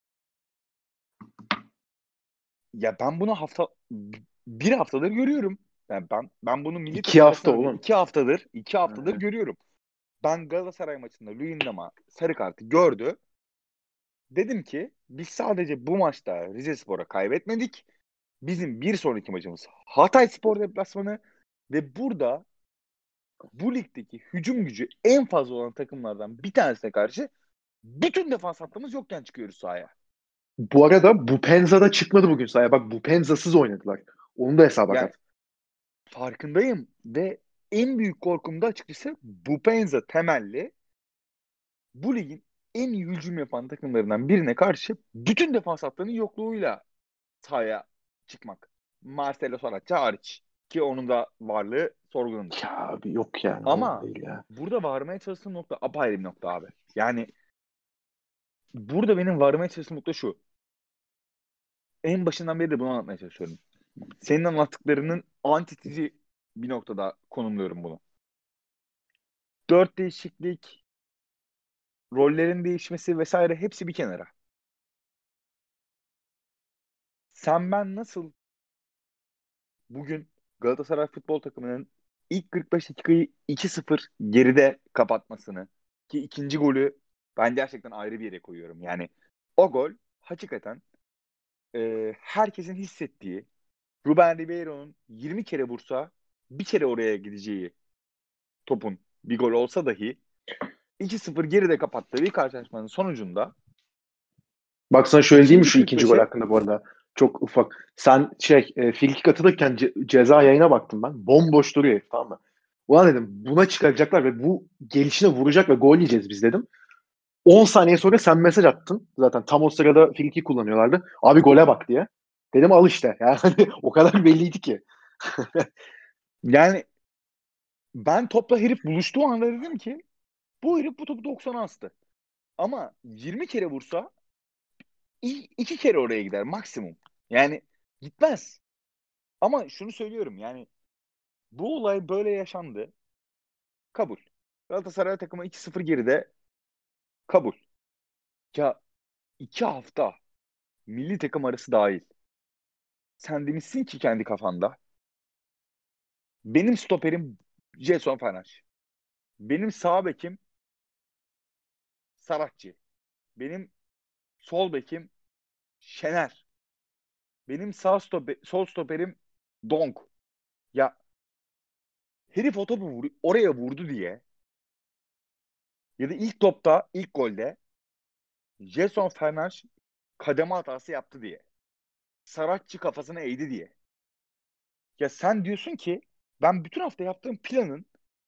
Ya ben bunu hafta bir haftadır görüyorum. Yani ben ben bunu milli
iki
takım
hafta
arasında bile
oğlum.
iki haftadır iki haftadır
Yani
görüyorum. Ben Galatasaray maçında Luyendama sarı kartı gördü. Dedim ki biz sadece bu maçta Rizespor'a kaybetmedik. Bizim bir sonraki maçımız Hatayspor deplasmanı ve burada bu ligdeki hücum gücü en fazla olan takımlardan bir tanesine karşı bütün defans hattımız yokken çıkıyoruz sahaya.
bu arada bu Penza'da çıkmadı bugün sahaya. Bak bu Penza'sız oynadılar. Onu da hesaba
Yani
kat.
farkındayım ve en büyük korkum da açıkçası Bupenza temelli bu ligin en iyi hücum yapan takımlarından birine karşı bütün defans hattının yokluğuyla sahaya çıkmak. Marcelo Saratçı hariç. Ki onun da varlığı sorgulanır.
Ya abi yok yani öyle
Ama
değil ya.
burada varmaya çalıştığım nokta apayrı bir nokta abi. Yani burada benim varmaya çalıştığım nokta şu. En başından beri de bunu anlatmaya çalışıyorum. Senin anlattıklarının antitezi bir noktada konumluyorum bunu. Dört değişiklik, rollerin değişmesi vesaire hepsi bir kenara. Sen ben nasıl bugün Galatasaray futbol takımının ilk kırk beş dakikayı iki sıfır geride kapatmasını ki ikinci golü ben gerçekten ayrı bir yere koyuyorum. Yani o gol hakikaten e, herkesin hissettiği Ruben Ribeiro'nun yirmi kere vursa bir kere oraya gideceği topun bir gol olsa dahi iki sıfır geride kapattığı bir karşılaşmanın sonucunda
Bak sana şöyle diyeyim mi
ikinci
şu ikinci gol
kırk beşe
hakkında bu arada? Çok ufak. Sen şey e, frikik atılırken ce- ceza yayına baktım ben. Bomboş duruyor herif, tamam mı? Ulan dedim buna çıkaracaklar ve bu gelişine vuracak ve gol yiyeceğiz biz dedim. on saniye sonra sen mesaj attın. Zaten tam o sırada frikik kullanıyorlardı. Abi gole bak diye. Dedim al işte. Yani o kadar belliydi ki.
yani ben topla herif buluştuğu anda dedim ki bu herif bu topu doksana astı. Ama yirmi kere vursa i- iki kere oraya gider maksimum. Yani gitmez. Ama şunu söylüyorum yani bu olay böyle yaşandı. Kabul. Galatasaray takımı iki sıfır geride, kabul. Ya iki hafta milli takım arası dahil. Sen demişsin ki kendi kafanda. Benim stoperim Jetson Fernandes. Benim sağ bekim Saratçı. Benim sol bekim Şener. Benim sağ stope, sol stoperim Donk. Ya herif o topu vur- oraya vurdu diye ya da ilk topta, ilk golde Jetson Fernandes kademe hatası yaptı diye. Saratçı kafasına eğdi diye. Ya sen diyorsun ki ben bütün hafta yaptığım planın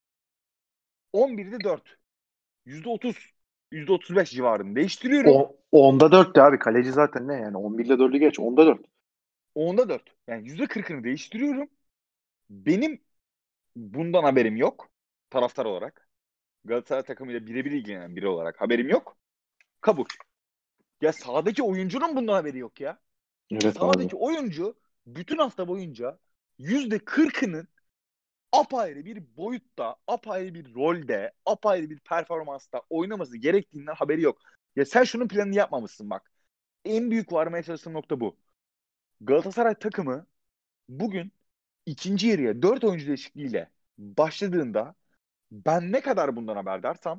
on birde dört. yüzde otuz, yüzde otuz beş civarını değiştiriyorum.
O, onda dörttü abi. Kaleci zaten ne yani? on bir ile dördü geç. Onda dört.
Onda dört. Yani yüzde kırkını değiştiriyorum. Benim bundan haberim yok. Taraftar olarak. Galatasaray takımıyla birebir ilgilenen biri olarak haberim yok. Kabul. Ya sahadaki oyuncunun bundan haberi yok ya.
Evet abi.
Sahadaki oyuncu bütün hafta boyunca yüzde kırkının apayrı bir boyutta, apayrı bir rolde, apayrı bir performansta oynaması gerektiğinden haberi yok. Ya sen şunun planını yapmamışsın bak. En büyük varmaya çalıştığım nokta bu. Galatasaray takımı bugün ikinci yarıya dört oyuncu değişikliğiyle başladığında ben ne kadar bundan haberdarsam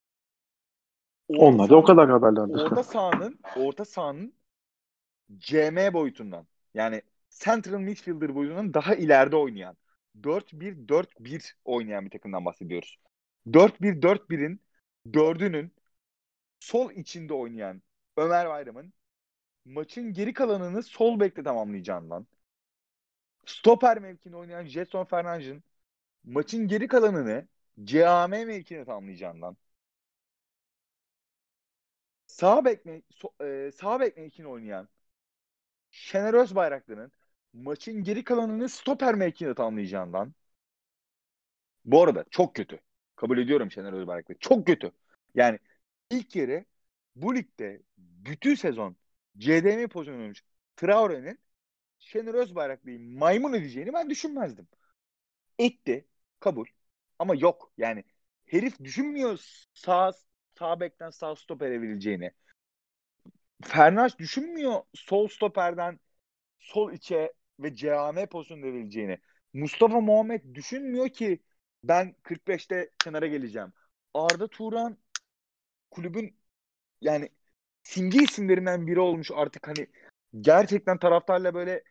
orta
Onlar da o
sahanın
kadar haberlerdi.
orta sahanın orta sahanın C M boyutundan yani central midfielder boyutundan daha ileride oynayan dört bir dört bir oynayan bir takımdan bahsediyoruz. dört bir dört birin dördünün sol içinde oynayan Ömer Bayram'ın maçın geri kalanını sol bekte tamamlayacağından, stoper mevkinde oynayan Jetson Fernandes'in maçın geri kalanını C A M mevkine tamamlayacağından, sağ bek me- so- e, sağ bek mevkine oynayan Şener Özbayraklı'nın maçın geri kalanını stoper mevkine tamamlayacağından. Bu arada çok kötü. Kabul ediyorum Şener Özbayraklı. Çok kötü. Yani ilk yarı bu ligde bütün sezon C D M pozisyonu oynamış Traore'nin Şener Özbayraklı'yı maymun edeceğini ben düşünmezdim. Etti. Kabul. Ama yok. Yani herif düşünmüyor sağ sağ bekten sağ stopere verileceğini. Fernandes düşünmüyor sol stoperden sol içe ve C A M pozisyonu verileceğini. Mustafa Muhammed düşünmüyor ki ben kırk beşte kenara geleceğim. Arda Turan kulübün yani simge isimlerinden biri olmuş artık hani gerçekten taraftarla böyle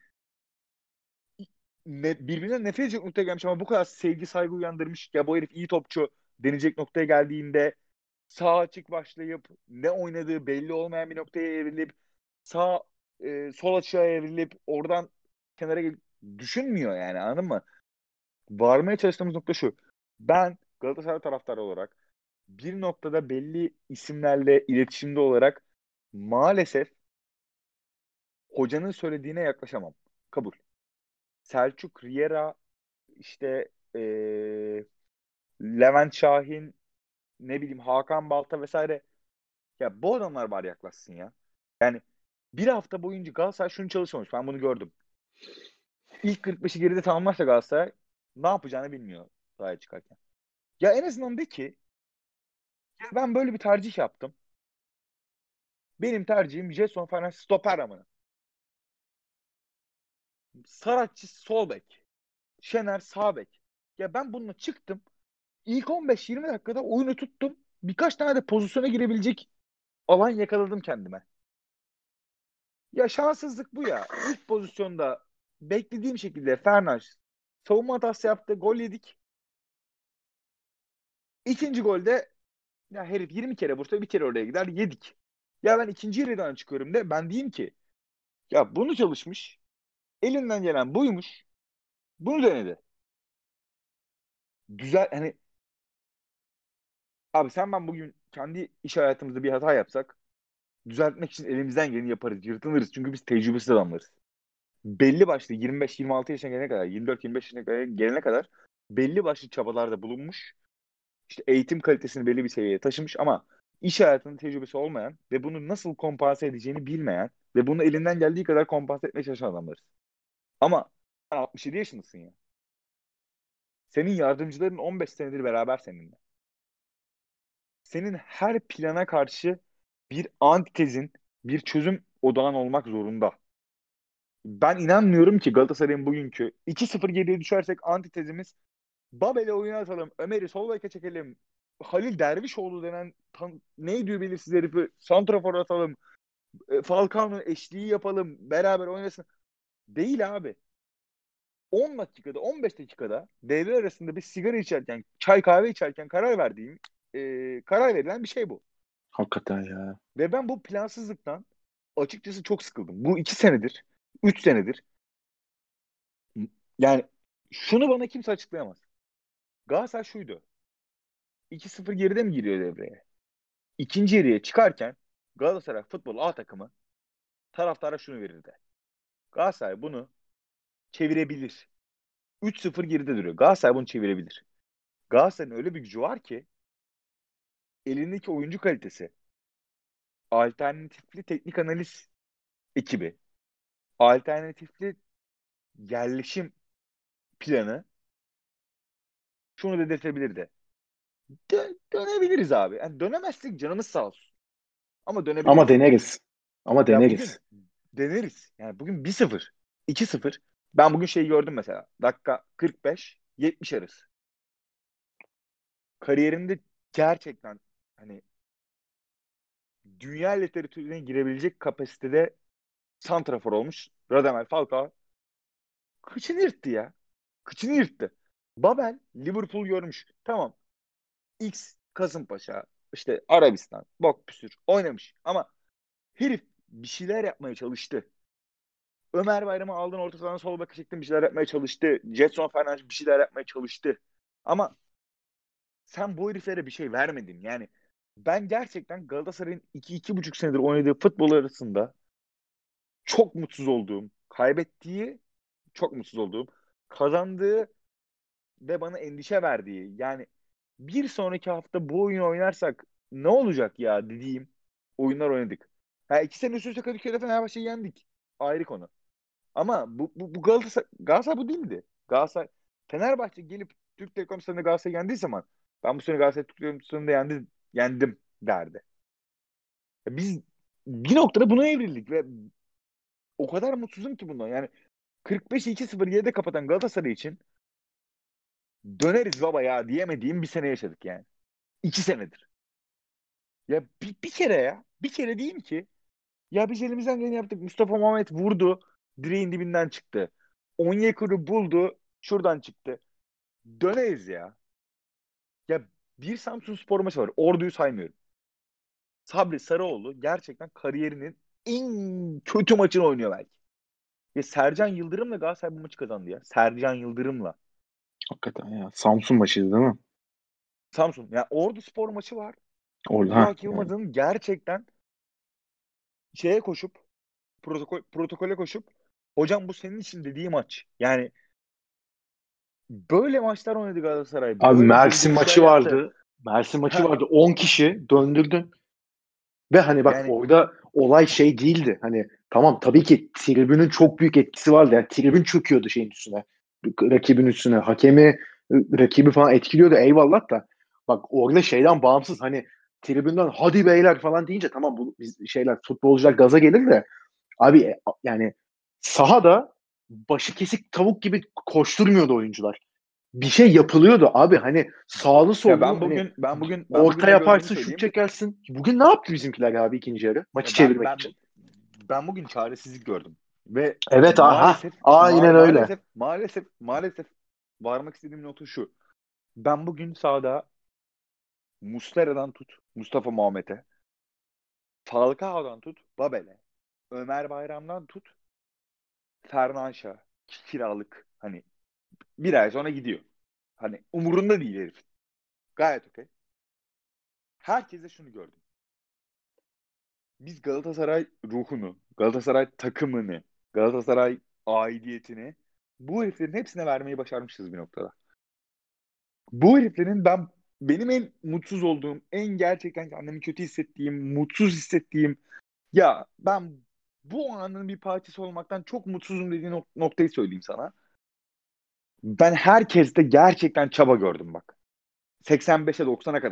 ne, birbirine nefret edecek noktaya gelmiş ama bu kadar sevgi saygı uyandırmış ya bu herif iyi topçu denecek noktaya geldiğinde sağ açık başlayıp ne oynadığı belli olmayan bir noktaya evrilip sağ e, sol açığa evrilip oradan kenara gelip düşünmüyor yani anladın mı? Varmaya çalıştığımız nokta şu. Ben Galatasaray taraftarı olarak bir noktada belli isimlerle iletişimde olarak maalesef hocanın söylediğine yaklaşamam. Kabul. Selçuk Riera işte eee, Levent Şahin ne bileyim Hakan Balta vesaire ya bu adamlar bari yaklaşsın ya. Yani bir hafta boyunca Galatasaray şunu çalışmamış. Ben bunu gördüm. İlk kırk beşi geride tamamlarsa Galatasaray ne yapacağını bilmiyor sahaya çıkarken. Ya en azından de ki ya ben böyle bir tercih yaptım. Benim tercihim Jetson Fernandes stoper amına. Saratçı sol bek. Şener sağ bek. Ya ben bununla çıktım. İlk on beş yirmi dakikada oyunu tuttum. Birkaç tane de pozisyona girebilecek alan yakaladım kendime. Ya şanssızlık bu ya. İlk pozisyonda beklediğim şekilde Fernandes savunma hatası yaptı. Gol yedik. İkinci golde ya herif yirmi kere vursa bir kere oraya gider yedik. Ya ben ikinci yarıdan çıkıyorum de ben diyeyim ki ya bunu çalışmış. Elinden gelen buymuş. Bunu denedi. Güzel hani abi sen ben bugün kendi iş hayatımızda bir hata yapsak düzeltmek için elimizden geleni yaparız. Yırtınırız. Çünkü biz tecrübesiz adamlarız. Belli başlı yirmi beş yirmi altı yaşına gelene kadar, yirmi dört yirmi beş yaşına kadar- gelene kadar belli başlı çabalarda bulunmuş. İşte eğitim kalitesini belli bir seviyeye taşımış ama iş hayatının tecrübesi olmayan ve bunu nasıl kompanse edeceğini bilmeyen ve bunu elinden geldiği kadar kompanse etmeye çalışan adamlarız. Ama sen altmış yedi yaşındasın ya. Senin yardımcıların on beş senedir beraber seninle. senin her plana karşı bir antitezin, bir çözüm odağın olmak zorunda. Ben inanmıyorum ki Galatasaray'ın bugünkü iki sıfır geriye düşersek antitezimiz Babel'e oyuna atalım, Ömer'i sol beke çekelim, Halil Dervişoğlu denen tam, ne diyor belirsiz herifi santrafor atalım, e, Falcao'nun eşliği yapalım, beraber oynasın. Değil abi. on dakikada, on beş dakikada devre arasında bir sigara içerken, çay kahve içerken karar verdiğim, e, karar verilen bir şey bu.
Hakikaten ya.
Ve ben bu plansızlıktan açıkçası çok sıkıldım. Bu iki senedir, üç senedir. Yani şunu bana kimse açıklayamaz. Galatasaray şuydu. iki sıfır geride mi giriyor devreye? İkinci yarıya çıkarken Galatasaray futbol A takımı taraftara şunu verirdi. Galatasaray bunu çevirebilir. üç sıfır geride duruyor. Galatasaray bunu çevirebilir. Galatasaray'ın öyle bir gücü var ki elindeki oyuncu kalitesi, alternatifli teknik analiz ekibi, alternatifli yerleşim planı şunu dedirtebilirdi. Dö- dönebiliriz abi. Yani dönemezsek canımız sağ olsun. Ama
Ama
dönebiliriz.
deneriz. Ama
Ya bugün
deneriz.
deneriz. Yani bugün bir sıfır, iki sıfır. Ben bugün şeyi gördüm mesela. Dakika kırk beş yetmiş arası. Kariyerimde gerçekten hani dünya literatürüne girebilecek kapasitede santrafor olmuş Radamel Falcao kıçını yırttı ya. Kıçını yırttı. Babel Liverpool görmüş. Tamam. X Kasımpaşa işte Arabistan bok püsür oynamış. Ama herif bir şeyler yapmaya çalıştı. Ömer Bayram'ı aldın orta sahadan sol baka çektin bir şeyler yapmaya çalıştı. Jetson Fernandes bir şeyler yapmaya çalıştı. Ama sen bu heriflere bir şey vermedin. Yani ben gerçekten Galatasaray'ın iki iki buçuk senedir oynadığı futbol arasında çok mutsuz olduğum, kaybettiği çok mutsuz olduğum, kazandığı ve bana endişe verdiği. Yani bir sonraki hafta bu oyunu oynarsak ne olacak ya dediğim oyunlar oynadık. Ha, iki sene üst üste Kadıköy'de Fenerbahçe'yi yendik. Ayrı konu. Ama bu, bu, bu Galatasaray, Galatasaray bu değildi. Galatasaray, Fenerbahçe gelip Türk Telekom Stadı'nda Galatasaray yendiği zaman ben bu sene Galatasaray Türk Telekom Stadı'nda yendi, yendim derdi. Ya biz bir noktada buna evrildik ve o kadar mutsuzum ki bundan. Yani kırk beş iki sıfır geride kapatan Galatasaray için döneriz baba ya diyemediğim bir sene yaşadık yani. İki senedir. Ya bir, bir kere ya. Bir kere diyeyim ki ya biz elimizden geleni yaptık. Mustafa Muhammed vurdu. Direğin dibinden çıktı. Onyekuru buldu. Şuradan çıktı. Döneriz ya. Ya bir Samsunspor maçı var. Ordu'yu saymıyorum. Sabri Sarıoğlu gerçekten kariyerinin en kötü maçını oynuyor belki. Ya Sercan Yıldırım'la Galatasaray bu maçı kazandı ya. Sercan Yıldırım'la.
Hakikaten ya. Samsun maçıydı değil mi?
Samsun. Ya Ordu Spor maçı var.
Orada. Ha,
Burak
yani.
Yılmaz'ın gerçekten şeye koşup protokol, protokole koşup hocam bu senin için dediği maç. Yani böyle maçlar oynadı Galatasaray.
Abi
Böyle
Mersin
bulduğu işler
maçı
yaptı.
vardı. Mersin maçı
Ha,
vardı. on kişi döndürdün. Ve hani bak
yani
orada olay şey değildi. Hani tamam tabii ki tribünün çok büyük etkisi vardı. Yani tribün çöküyordu şeyin üstüne. Rakibin üstüne. Hakemi, rakibi falan etkiliyordu. Eyvallah da. Bak orada şeyden bağımsız hani tribünden hadi beyler falan deyince tamam bu biz şeyler futbolcular gaza gelir de abi e, yani sahada başı kesik tavuk gibi koşturmuyordu oyuncular. Bir şey yapılıyordu abi hani sağlı
ya
sollu
ben
hani
bugün ben bugün ben bugün
orta
ne gördüğümü
yaparsın şut
söyleyeyim.
çekersin. Bugün ne yaptı bizimkiler abi ikinci yarı? Maçı
Ya ben
çevirmek
ben
için.
bu- ben bugün çaresizlik gördüm ve
Evet aha
maalesef ma-
aynen öyle.
maalesef maalesef maalesef varmak istediğim nokta şu. Ben bugün sahada Muslera'dan tut Mustafa Muhammed'e, Falcao'dan tut Babel'e, Ömer Bayram'dan tut Fernanşa kiralık hani bir ay sonra gidiyor. Hani umurunda değil herif. Gayet okey. Herkese şunu gördüm. Biz Galatasaray ruhunu, Galatasaray takımını, Galatasaray aidiyetini bu heriflerin hepsine vermeyi başarmışız bir noktada. Bu heriflerin ben benim en mutsuz olduğum, en gerçekten kendimi kötü hissettiğim, mutsuz hissettiğim ya ben bu anın bir parçası olmaktan çok mutsuzum dediği nok- noktayı söyleyeyim sana. Ben herkeste gerçekten çaba gördüm bak. seksen beşe doksana kadar.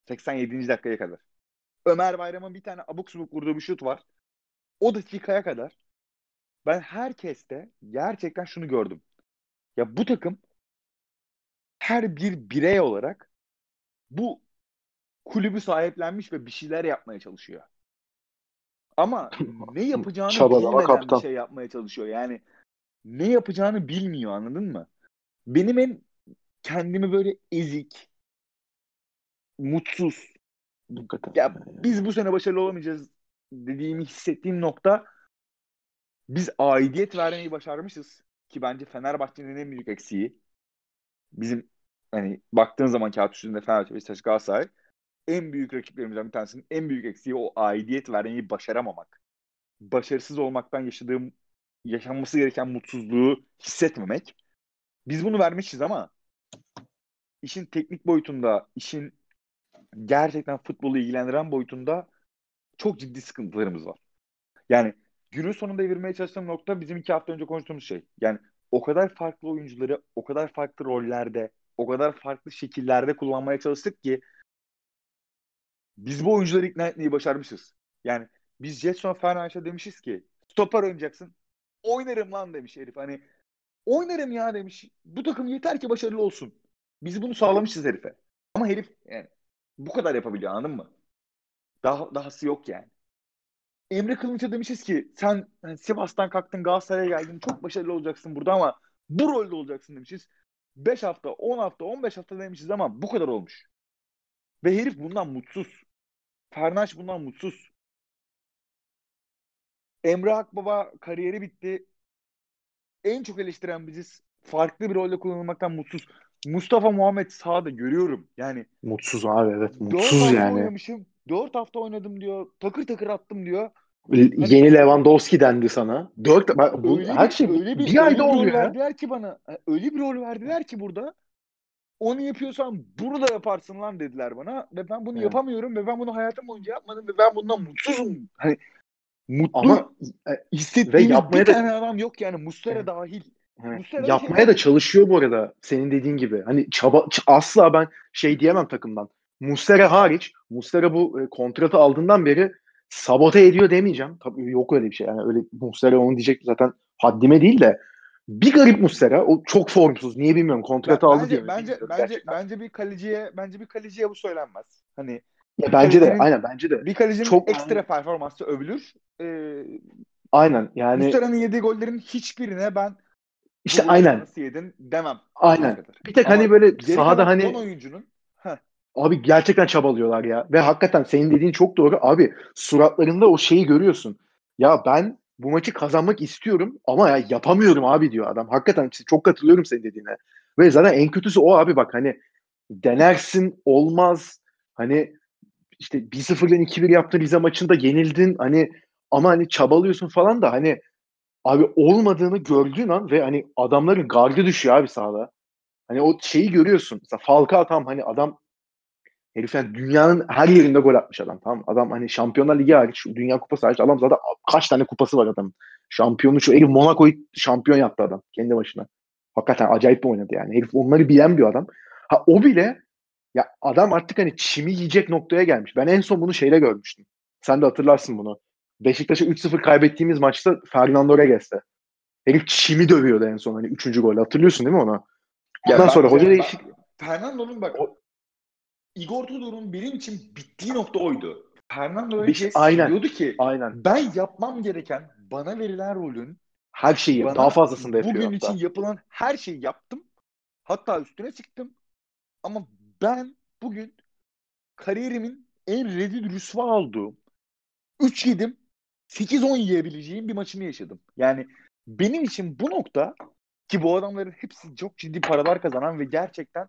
seksen yedinci dakikaya kadar. Ömer Bayram'ın bir tane abuk subuk vurduğu bir şut var. O dakikaya kadar ben herkeste gerçekten şunu gördüm. Ya bu takım her bir birey olarak bu kulübü sahiplenmiş ve bir şeyler yapmaya çalışıyor. Ama ne yapacağını
Çabalama
bilmeden bir
kaptan.
şey yapmaya çalışıyor. Yani ne yapacağını bilmiyor, anladın mı? Benim en kendimi böyle ezik, mutsuz,
Hakikaten.
ya biz bu sene başarılı olamayacağız dediğimi hissettiğim nokta, biz aidiyet vermeyi başarmışız ki bence Fenerbahçe'nin en büyük eksiği. Bizim hani baktığın zaman kağıt üstünde Fenerbahçe, Beşiktaş, Galatasaray en büyük rakiplerimizden bir tanesinin en büyük eksiği o aidiyet vermeyi başaramamak. Başarısız olmaktan yaşadığım, yaşanması gereken mutsuzluğu hissetmemek. Biz bunu vermişiz ama işin teknik boyutunda, işin gerçekten futbolu ilgilendiren boyutunda çok ciddi sıkıntılarımız var. Yani günün sonunda evirmeye çalıştığım nokta bizim iki hafta önce konuştuğumuz şey. Yani o kadar farklı oyuncuları, o kadar farklı rollerde, o kadar farklı şekillerde kullanmaya çalıştık ki biz bu oyuncuları ikna etmeyi başarmışız. Yani biz Jetson Fernandes'e demişiz ki stoper oynayacaksın. Oynarım lan demiş herif. Hani oynarım ya demiş. Bu takım yeter ki başarılı olsun. Biz bunu sağlamışız herife. Ama herif yani bu kadar yapabiliyor, anladın mı? Daha dahası yok yani. Emre Kılınç'a demişiz ki sen yani Sivas'tan kalktın Galatasaray'a geldin. Çok başarılı olacaksın burada ama bu rolde olacaksın demişiz. beş hafta, on hafta, on beş hafta demişiz ama bu kadar olmuş. Ve herif bundan mutsuz. Fernaç bundan mutsuz. Emre Akbaba kariyeri bitti. En çok eleştiren biziz. Farklı bir rolde kullanılmaktan mutsuz. Mustafa Muhammed sahada görüyorum. Yani
Mutsuz abi, evet,
dört
mutsuz
hafta
yani.
oynamışım. dört hafta oynadım diyor. Takır takır attım diyor. Hani
Yeni Lewandowski dendi sana. Dört, bak, bu
öyle
her
bir
şey
öyle bir
bir ayda
öyle bir rol
oluyor ya.
verdiler ki bana. Öyle bir rol verdiler ki burada. Onu yapıyorsan bunu da yaparsın lan dediler bana. Ve ben bunu
Evet.
yapamıyorum ve ben bunu hayatım boyunca yapmadım ve ben bundan mutsuzum. Hani
Ama
mutlu
e, ve
hissettiğimiz bir
yapmaya da
tane adam yok yani. Muslera
evet,
dahil.
evet.
Muslera da
Yapmaya da
keza.
çalışıyor bu arada, senin dediğin gibi. Hani çaba ç- asla ben şey diyemem takımdan. Muslera hariç, Muslera bu e, kontratı aldığından beri sabote ediyor demeyeceğim. Tabii yok öyle bir şey. Yani öyle Muslera onu diyecek zaten haddime değil de bir garip Muslera. O çok formsuz. Niye bilmiyorum.
Ben,
Kontratı aldı diye
bence
mi
bence
bilmiyorum
bence
gerçekten.
bence bir kaleciye bence bir kaleciye bu söylenmez. Hani
Ya
bir
bence de
kalecinin
aynen bence de.
bir kalecinin
Çok
ekstra performansı övülür. Ee,
aynen yani
Muslera'nın yediği gollerin hiçbirine ben bu
işte
golleri
aynen
nasıl yedin demem sonsuza
aynen.
kadar.
Bir tek
Ama
hani böyle
geri
sahada
kalan on
hani
oyuncunun heh,
abi gerçekten çabalıyorlar ya. Ve hakikaten senin dediğin çok doğru. Abi suratlarında o şeyi görüyorsun. Ya ben bu maçı kazanmak istiyorum ama ya yapamıyorum abi diyor adam. Hakikaten çok katılıyorum senin dediğine. Ve zaten en kötüsü o abi, bak hani denersin olmaz. Hani işte bir sıfırdan iki bir yaptın Rize maçında, yenildin. Hani ama hani çabalıyorsun falan da hani abi olmadığını gördüğün an ve hani adamların gardı düşüyor abi sahada. Hani o şeyi görüyorsun. Mesela Falcao tam hani adam, herif yani dünyanın her yerinde gol atmış adam, tamam mı? Adam hani Şampiyonlar Ligi hariç, Dünya Kupası hariç adam zaten kaç tane kupası var adamın. Şampiyonu şu herif Monaco'yu şampiyon yaptı adam kendi başına. Hakikaten acayip bir oynadı yani. Herif onları bilen bir adam. Ha o bile, ya adam artık hani çimi yiyecek noktaya gelmiş. Ben en son bunu şeyle görmüştüm. Sen de hatırlarsın bunu. Beşiktaş'a üç sıfır kaybettiğimiz maçta Fernando Regues'te. Herif çimi dövüyordu en son hani üçüncü golü. Hatırlıyorsun değil mi onu?
ya
Ondan sonra hoca
bence bak,
değişik.
Fernando'nun bak
O,
Igor Tudor'un benim için bittiği nokta oydu. Fernando
işte
Higues
aynen.
diyordu ki
Aynen.
ben yapmam gereken bana verilen rolün
Her şeyi daha
bana
fazlasını da yapıyor
bugün için
hatta.
yapılan her şeyi yaptım. Hatta üstüne çıktım. Ama ben bugün kariyerimin en rezil rüsva olduğum üç yedim sekiz on yiyebileceğim bir maçımı yaşadım. Yani benim için bu nokta, ki bu adamların hepsi çok ciddi paralar kazanan ve gerçekten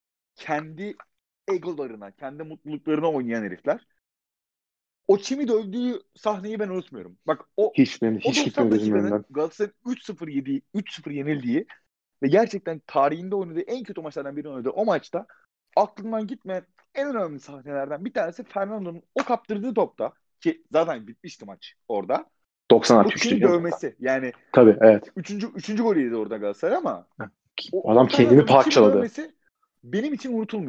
kendi egolarına, kendi mutluluklarına oynayan herifler. O Çim'i dövdüğü sahneyi ben unutmuyorum. Bak o
Hiç benim
o
hiç
doksan
gitmiyor gözümün
dakikanın
önünden.
Galatasaray'ın üç sıfır yediği, üç sıfır yenildiği ve gerçekten tarihinde oynadığı en kötü maçlardan birini oynadığı o maçta aklımdan gitmeyen en önemli sahnelerden bir tanesi Fernando'nun o kaptırdığı topta, ki zaten bitmişti maç orada.
doksan
O
artı üçtü
Çim'i
canım zaten.
dövmesi. Yani
Tabii, evet.
üçüncü, üçüncü golü yedi orada Galatasaray ama o, o
Adam kendini
Fernando'nun Çim'i
parçaladı.
dövmesi benim için unutulmuyor.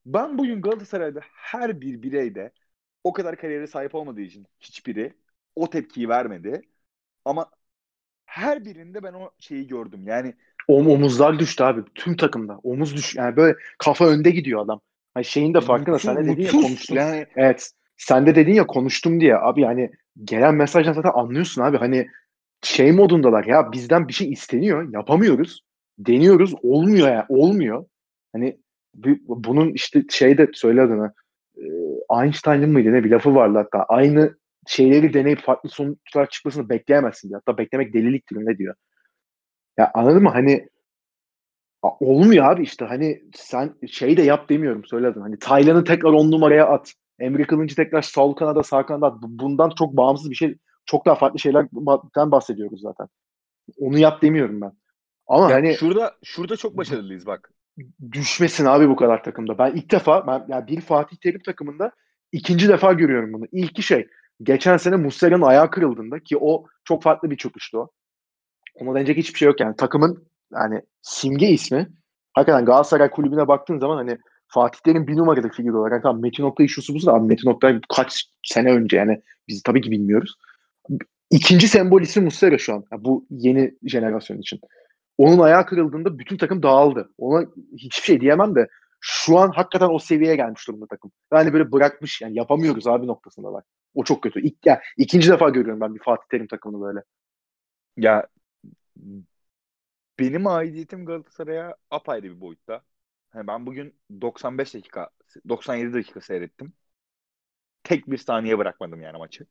Ben bugün Galatasaray'da her bir bireyde o kadar kariyere sahip olmadığı için hiçbiri o tepkiyi vermedi. Ama her birinde ben o şeyi gördüm. Yani
Om omuzlar düştü abi. Tüm takımda. Omuz düş yani böyle kafa önde gidiyor adam. Hani şeyin de farkında.
mutsuz,
Sen de dedin ya
mutsuz
konuştum.
yani.
Evet. Sen de dedin ya konuştum diye. Abi yani gelen mesajdan zaten anlıyorsun abi. Hani şey modundalar ya bizden bir şey isteniyor. Yapamıyoruz. Deniyoruz. Olmuyor ya. Olmuyor. Hani bu- bunun işte şey de söyle adına e, Einstein'ın mıydı ne bir lafı vardı hatta. Aynı şeyleri deneyip farklı sonuçlar çıkmasını bekleyemezsin diyor. Hatta beklemek deliliktir ne diyor. Ya anladın mı? Hani a- olmuyor abi işte hani sen şey de yap demiyorum söyledin. Hani Taylan'ı tekrar on numaraya at. Emre Kılınç'ı tekrar sol kanada sağ kanada at. Bu- Bundan çok bağımsız bir şey çok daha farklı şeylerden bahsediyoruz zaten. Onu yap demiyorum ben. Ama
Ya
hani
şurada şurada çok başarılıyız bak.
düşmesin abi bu kadar takımda. Ben ilk defa ben yani bir Fatih Terim takımında ikinci defa görüyorum bunu. İlki şey geçen sene Muslera'nın ayağı kırıldığında ki o çok farklı bir çöküştü o. Ona denecek hiçbir şey yok yani. Takımın yani simge ismi. Hakikaten Galatasaray kulübüne baktığın zaman hani Fatih Terim bir numaralı figür olarak tamam Metin Oktay şusu busu da abi Metin Oktay kaç sene önce yani biz tabii ki bilmiyoruz. İkinci sembol ismi Muslera şu an. Yani bu yeni jenerasyon için. Onun ayağı kırıldığında bütün takım dağıldı. Ona hiçbir şey diyemem de şu an hakikaten o seviyeye gelmiş durumda takım. Yani böyle bırakmış yani yapamıyoruz abi noktasındalar. O çok kötü. İlk, yani ikinci defa görüyorum ben bir Fatih Terim takımını böyle.
Ya benim aidiyetim Galatasaray'a apayrı bir boyutta. Hani ben bugün doksan beş dakika, doksan yedi dakika seyrettim. Tek bir saniye bırakmadım yani maçı.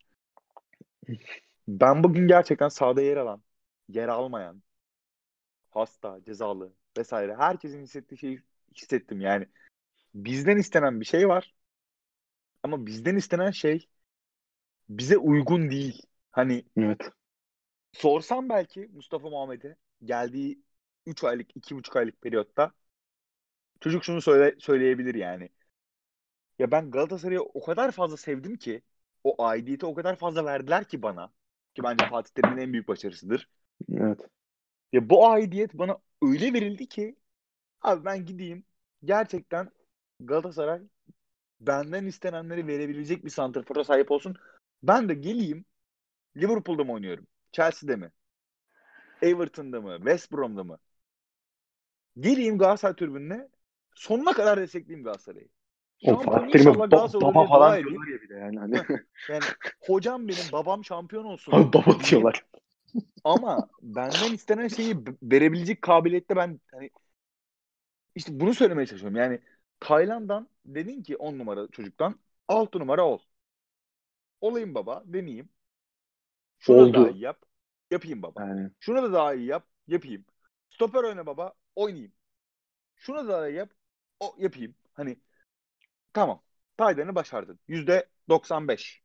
Ben bugün gerçekten sahada yer alan, yer almayan, hasta, cezalı vesaire herkesin hissettiği şeyi hissettim. Yani bizden istenen bir şey var ama bizden istenen şey bize uygun değil. Hani
Evet.
sorsam belki Mustafa Muhammed'e geldiği üç aylık, iki buçuk aylık periyotta çocuk şunu söyle, söyleyebilir yani. Ya ben Galatasaray'ı o kadar fazla sevdim ki o aidiyeti o kadar fazla verdiler ki bana ki bence Fatih Terim'in en büyük başarısıdır.
Evet.
Ya bu aidiyet bana öyle verildi ki abi ben gideyim gerçekten Galatasaray benden istenenleri verebilecek bir santrfora sahip olsun. Ben de geleyim Liverpool'da mı oynuyorum? Chelsea'de mi? Everton'da mı? West Brom'da mı? Geleyim Galatasaray tribününe sonuna kadar destekleyeyim Galatasaray'ı.
O
Şampiyon
Fatih Terim'e
inşallah
ba-
Galatasaray olur
baba
diye dua
falan
edeyim.
diyorlar ya bir de yani hani
Heh, yani hocam benim babam şampiyon olsun
abi baba
diyeyim.
diyorlar.
Ama benden istenen şeyi b- verebilecek kabiliyette ben hani işte bunu söylemeye çalışıyorum. Yani Tayland'dan dedin ki on numara çocuktan altı numara ol. Olayım baba deneyeyim. Şunu da daha
Oldu.
iyi yap. Yapayım baba.
Yani
Şunu da daha iyi yap. Yapayım. Stoper oyna baba. Oynayayım. Şunu da daha iyi yap. O yapayım. Hani tamam. Taylan'ı başardın. yüzde doksan beş.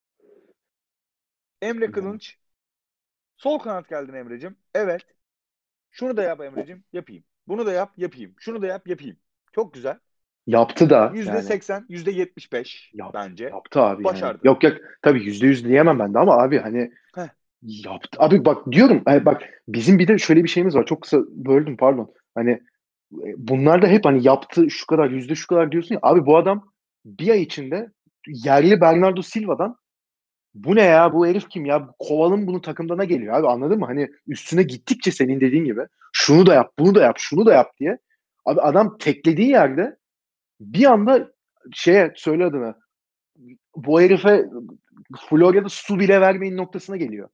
Emre Kılınç. Sol kanat geldin Emre'cim. Evet. Şunu da yap Emre'cim. Yapayım. Bunu da yap. Yapayım. Şunu da yap. Yapayım. Çok güzel.
yaptı da
yüzde
yani
seksen, yüzde yetmiş beş
yap,
bence.
yaptı abi yani.
Başardın.
Yok yok tabii yüzde yüz diyemem ben de ama abi hani
Heh.
yaptı. Abi bak diyorum hani bak bizim bir de şöyle bir şeyimiz var. Çok kısa böldüm pardon. Hani e, bunlar da hep hani yaptı şu kadar yüzde şu kadar diyorsun ya. Abi bu adam bir ay içinde yerli Bernardo Silva'dan bu ne ya bu herif kim ya kovalım bunu takımda ne geliyor abi anladın mı? Hani üstüne gittikçe senin dediğin gibi şunu da yap bunu da yap şunu da yap diye. Abi adam teklediği yerde bir anda şeye söyle adına bu herife Florya'da su bile vermeyin noktasına geliyor.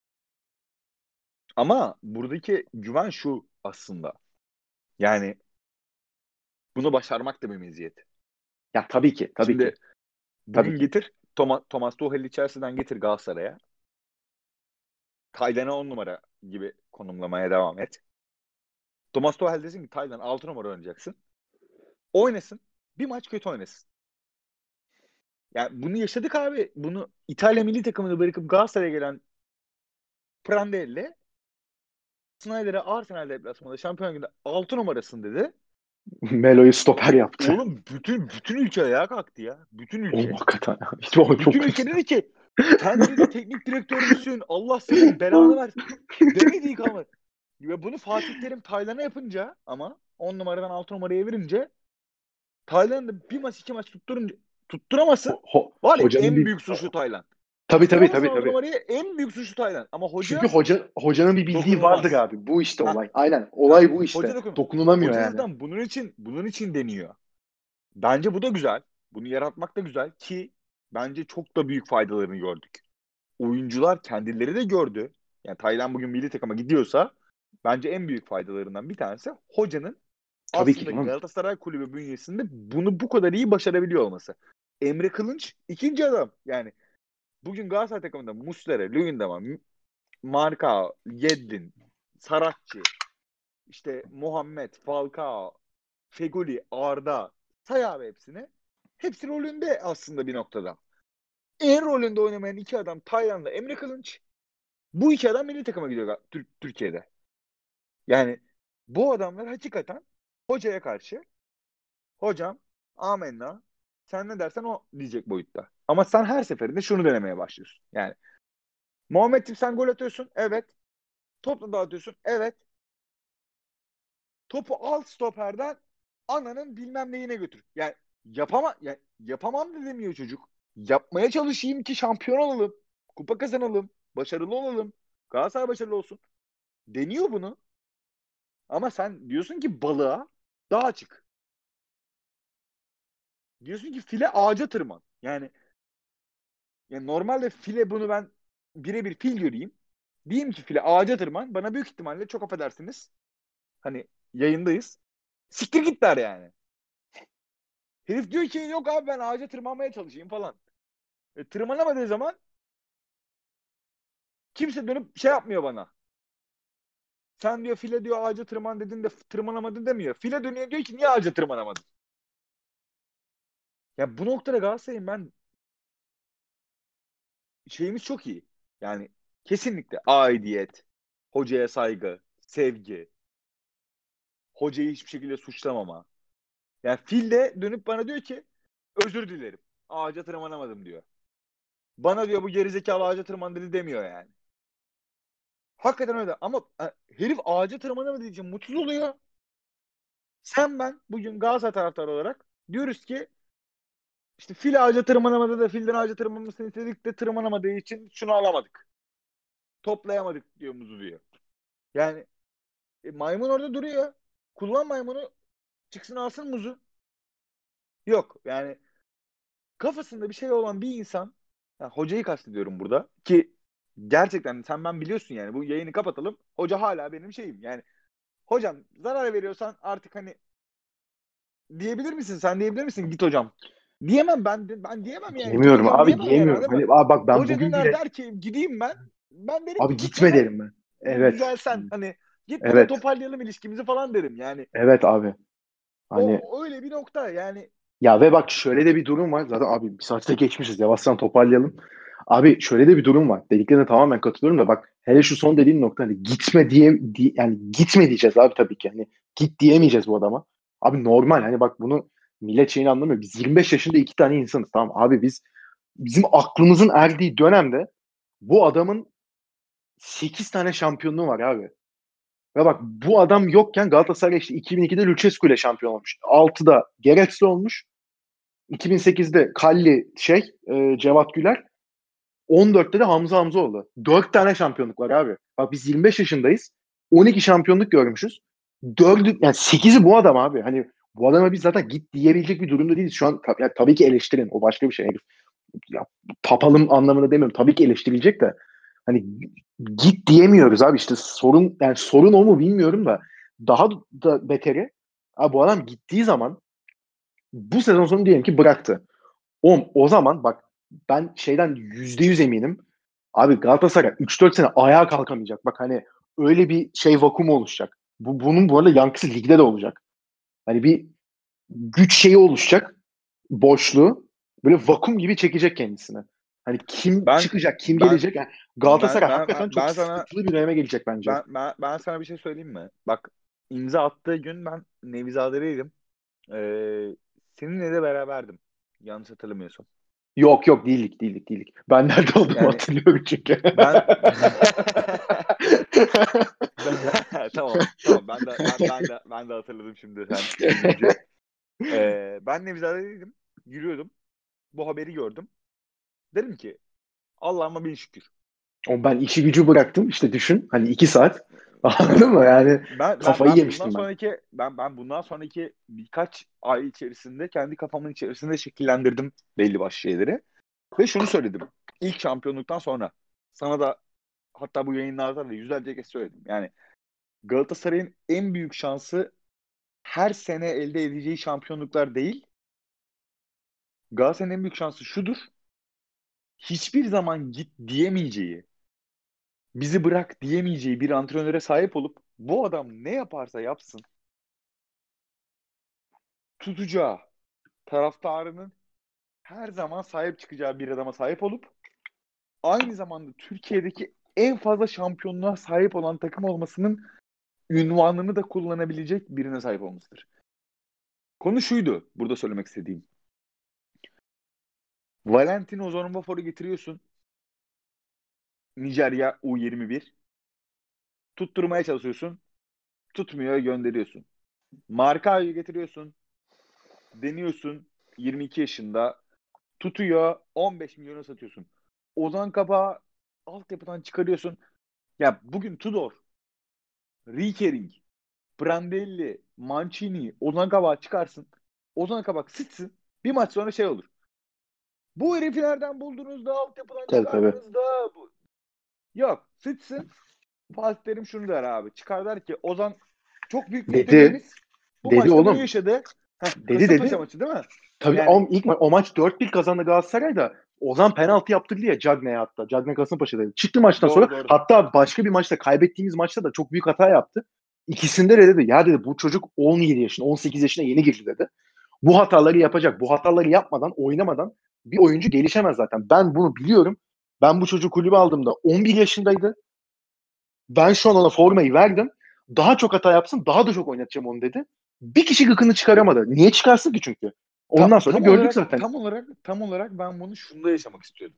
Ama buradaki güven şu aslında. Yani bunu başarmak da bir meziyet.
Ya tabii ki tabii
Şimdi
ki tabii
bugün
ki.
getir Thomas, Thomas Tuchel'i Chelsea'den getir Galatasaray'a. Taylan'a on numara gibi konumlamaya devam et. Thomas Tuchel desin ki Taylan altı numara oynayacaksın. Oynasın. Bir maç kötü oynasın. Yani bunu yaşadık abi. Bunu İtalya milli takımını bırakıp Galatasaray'a gelen Prandelli Snyder'e Arsenal deplasmanında şampiyon günde altı numarasın dedi.
Melo'yu stoper yaptı.
Oğlum bütün bütün ülke ayağa kalktı ya. Bütün
Oğlum
ülke.
hakikaten. İşte o çok
Bütün ülke
kötü.
dedi ki sen dedi teknik direktör müsün? Allah senin belanı ver. Demediği kalmadı. Ve bunu Fatih Terim Taylan'a yapınca ama on numaradan altı numaraya verince Tayland'ı bir maç iki maç tutturunca tutturamasın.
Ho-
Var ya
hocanın
en
bir
büyük suçlu Tayland.
tabii tabii
Tutturamasın
tabii
o
tabii.
numarayı en büyük suçlu Tayland. Ama
Çünkü
hoca
hoca hocanın bir bildiği vardır
dokunulmaz.
abi. Bu işte
Ha,
olay. Aynen.
ha.
Olay bu
Hoca
işte.
dokun.
Dokunulamıyor
Hoca
yani.
zaten bunun için bunun için deniyor. Bence bu da güzel. Bunu yaratmak da güzel ki bence çok da büyük faydalarını gördük. Oyuncular kendileri de gördü. Yani Tayland bugün milli takıma gidiyorsa bence en büyük faydalarından bir tanesi hocanın
Tabii ki
aslında
canım.
Galatasaray Kulübü bünyesinde bunu bu kadar iyi başarabiliyor olması. Emre Kılınç ikinci adam. Yani bugün Galatasaray takımında Muslera, Luyendama, Marka, Yedlin, Saratçı, işte Muhammed, Falcao, Fegoli, Arda, say abi hepsini. Hepsi rolünde aslında bir noktada. En rolünde oynamayan iki adam Tayland'da Emre Kılınç. Bu iki adam milli takıma gidiyor Tür- Türkiye'de. Yani bu adamlar hakikaten hocaya karşı hocam amenna sen ne dersen o diyecek boyutta. Ama sen her seferinde şunu denemeye başlıyorsun. Yani Muhammed'cim sen gol atıyorsun. Evet. Topla dağıtıyorsun. Evet. Topu al stoperden ananın bilmem neyine götür. Yani yapama yani yapamam da demiyor çocuk. Yapmaya çalışayım ki şampiyon olalım. Kupa kazanalım. Başarılı olalım. Galatasaray başarılı olsun. Deniyor bunu. Ama sen diyorsun ki balığa dağa çık. Diyorsun ki file ağaca tırman. Yani, yani normalde file bunu ben birebir fil göreyim. Diyeyim ki file ağaca tırman. Bana büyük ihtimalle çok affedersiniz. Hani yayındayız. Siktir git der yani. Herif diyor ki yok abi ben ağaca tırmanmaya çalışayım falan. E, tırmanamadığı zaman kimse dönüp şey yapmıyor bana. Sen diyor file diyor ağaca tırman dedin de tırmanamadın demiyor. File dönüyor diyor ki niye ağaca tırmanamadın? Ya bu noktada Galatasaray'ın ben şeyimiz çok iyi. Yani kesinlikle aidiyet, hocaya saygı, sevgi, hocayı hiçbir şekilde suçlamama. Yani fil de dönüp bana diyor ki özür dilerim. Ağaca tırmanamadım diyor. Bana diyor bu gerizekalı ağaca tırman dedi demiyor yani. Hakikaten öyle. Ama e, herif ağaca tırmanamadığı için mutsuz oluyor. Sen ben bugün Galatasaray taraftarı olarak diyoruz ki işte fil ağaca tırmanamadı da filden ağaca tırmanmasını istedik de tırmanamadığı için şunu alamadık. Toplayamadık diyor muzu diyor. Yani e, maymun orada duruyor. Kullan maymunu çıksın alsın muzu. Yok yani kafasında bir şey olan bir insan yani hocayı kastediyorum burada ki gerçekten sen ben biliyorsun yani bu yayını kapatalım. Hoca hala benim şeyim yani hocam zarar veriyorsan artık hani diyebilir misin? Sen diyebilir misin? Git hocam. Diyemem ben de, ben diyemem yani. Git
Diyemiyorum
hocam
abi
diyemem yani
diyemiyorum.
anladın mı?
Hani abi bak ben
Hoca
bugün
döner
bile
der ki gideyim ben. Ben derim
abi
ki git
gitme
baba.
derim ben. Evet.
Düzelsen hani git baba
Evet.
toparlayalım ilişkimizi falan derim. Yani
Evet abi. Hani
o öyle bir nokta yani.
ya ve bak şöyle de bir durum var. Zaten abi bir saatte geçmişiz. Yavaştan toparlayalım. Abi şöyle de bir durum var. Dediklerine tamamen katılıyorum da bak hele şu son dediğin nokta hani gitme diye, diye yani gitme diyeceğiz abi tabii ki. Hani git diyemeyeceğiz bu adama. Abi normal hani bak bunu millet şeyini anlamıyor. Biz yirmi beş yaşında iki tane insanız tamam. Abi biz bizim aklımızın erdiği dönemde bu adamın sekiz tane şampiyonluğu var abi. Ve bak bu adam yokken Galatasaray işte iki bin ikide Lucescu ile şampiyon olmuş. altıda Geretz'le olmuş. iki bin sekizde Kalli şey e, Cevat Güler. on dörtte de Hamza Hamzoğlu. dört tane şampiyonluk var abi. Bak biz yirmi beş yaşındayız. on iki şampiyonluk görmüşüz. dördü yani sekizi bu adam abi. Hani bu adama biz zaten git diyebilecek bir durumda değiliz. Şu an yani tabii ki eleştirin. O başka bir şey. Herif. Ya, papalım anlamında demiyorum. Tabii ki eleştirilecek de. Hani git diyemiyoruz abi. İşte sorun yani sorun o mu bilmiyorum da daha da beteri abi bu adam gittiği zaman bu sezon sonu diyelim ki bıraktı. O, o zaman bak ben şeyden yüzde yüz eminim. Abi Galatasaray üç dört sene ayağa kalkamayacak. Bak hani öyle bir şey vakumu oluşacak. Bu, bunun bu arada yankısı ligde de olacak. Hani bir güç şeyi oluşacak. Boşluğu. Böyle vakum gibi çekecek kendisine. Hani kim
Ben
çıkacak, kim
ben
gelecek? Yani
ben
Galatasaray
ben
hakikaten
ben,
çok
ben sana
sıkıntılı bir döneme gelecek bence.
ben, ben ben sana bir şey söyleyeyim mi? Bak imza attığı gün ben Nevizade'deydim. Ee, seninle de beraberdim. Yanlış hatırlamıyorsam.
Yok yok değildik değildik değildik. Ben nerede olduğumu
Yani
hatırlıyorum çünkü.
ben ben tamam tamam ben de ben, ben de ben de hatırladım şimdi sen söyleyince. Ee, ben Nevzade'deydim. Yürüyordum. Bu haberi gördüm. Dedim ki Allah'ıma bin şükür.
O ben işi gücü bıraktım. İşte düşün. Hani iki saat. Anladın mı? Yani
Ben ben
kafayı
ben bundan
yemiştim ben.
sonraki ben ben bundan sonraki birkaç ay içerisinde kendi kafamın içerisinde şekillendirdim belli başlı şeyleri ve şunu söyledim. İlk şampiyonluktan sonra sana da hatta bu yayınlarda da yüzlerce kez söyledim. Yani Galatasaray'ın en büyük şansı her sene elde edeceği şampiyonluklar değil. Galatasaray'ın en büyük şansı şudur. Hiçbir zaman git diyemeyeceği, bizi bırak diyemeyeceği bir antrenöre sahip olup bu adam ne yaparsa yapsın tutacağı, taraftarının her zaman sahip çıkacağı bir adama sahip olup aynı zamanda Türkiye'deki en fazla şampiyonluğa sahip olan takım olmasının ünvanını da kullanabilecek birine sahip olmasıdır. Konu şuydu burada söylemek istediğim. Valentino Zorunbafor'u getiriyorsun. Nijerya U yirmi bir. Tutturmaya çalışıyorsun. Tutmuyor, gönderiyorsun. Markao'yu getiriyorsun. Deniyorsun. yirmi iki yaşında. Tutuyor. on beş milyona satıyorsun. Ozan Kabak'ı altyapıdan çıkarıyorsun. Ya bugün Tudor, Riekering, Prandelli, Mancini, Ozan Kabak'ı çıkarsın. Ozan Kabak sıçsın. Bir maç sonra şey olur. Bu herifi nereden buldunuz da altyapıdan
Tabii tabii.
çıkardınız da. Bu... Yok. Sıçsın. Fatih Terim şunu der abi. Çıkar der ki Ozan çok büyük bir
Dedi.
yeteneğimiz. Bu
Dedi
maçta bunu
oğlum.
yaşadı. Heh,
Dedi
Kasımpaşa
dedi.
maçı değil mi?
Tabii
Yani
o, ilk ma- o maç dört bir kazandı Galatasaray'da. Ozan penaltı yaptırdı ya Cagney'e hatta. Cagney Kasımpaşa'daydı. Çıktı maçtan sonra
doğru doğru.
hatta başka bir maçta kaybettiğimiz maçta da çok büyük hata yaptı. İkisinde de dedi ya dedi bu çocuk on yedi yaşında on sekiz yaşına yeni girdi dedi. Bu hataları yapacak. Bu hataları yapmadan oynamadan bir oyuncu gelişemez zaten. Ben bunu biliyorum. Ben bu çocuğu kulübe aldığımda on bir yaşındaydı. Ben şu an ona formayı verdim. Daha çok hata yapsın daha da çok oynatacağım onu dedi. Bir kişi gıkını çıkaramadı. Niye çıkarsın ki çünkü? Ondan
Tam,
sonra
tam
gördük
olarak
zaten.
tam olarak tam olarak ben bunu şunda yaşamak istiyordum.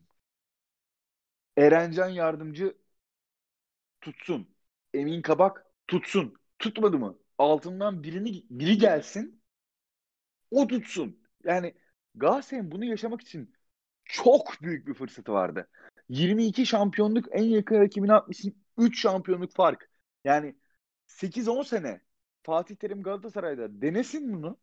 Erencan Yardımcı tutsun. Emin Kabak tutsun. Tutmadı mı? Altından birini biri gelsin. O tutsun. Yani Galatasaray'ın bunu yaşamak için çok büyük bir fırsatı vardı. yirmi iki şampiyonluk en yakın rakibine atmışsın. üç şampiyonluk fark. Yani sekiz on sene Fatih Terim Galatasaray'da denesin bunu.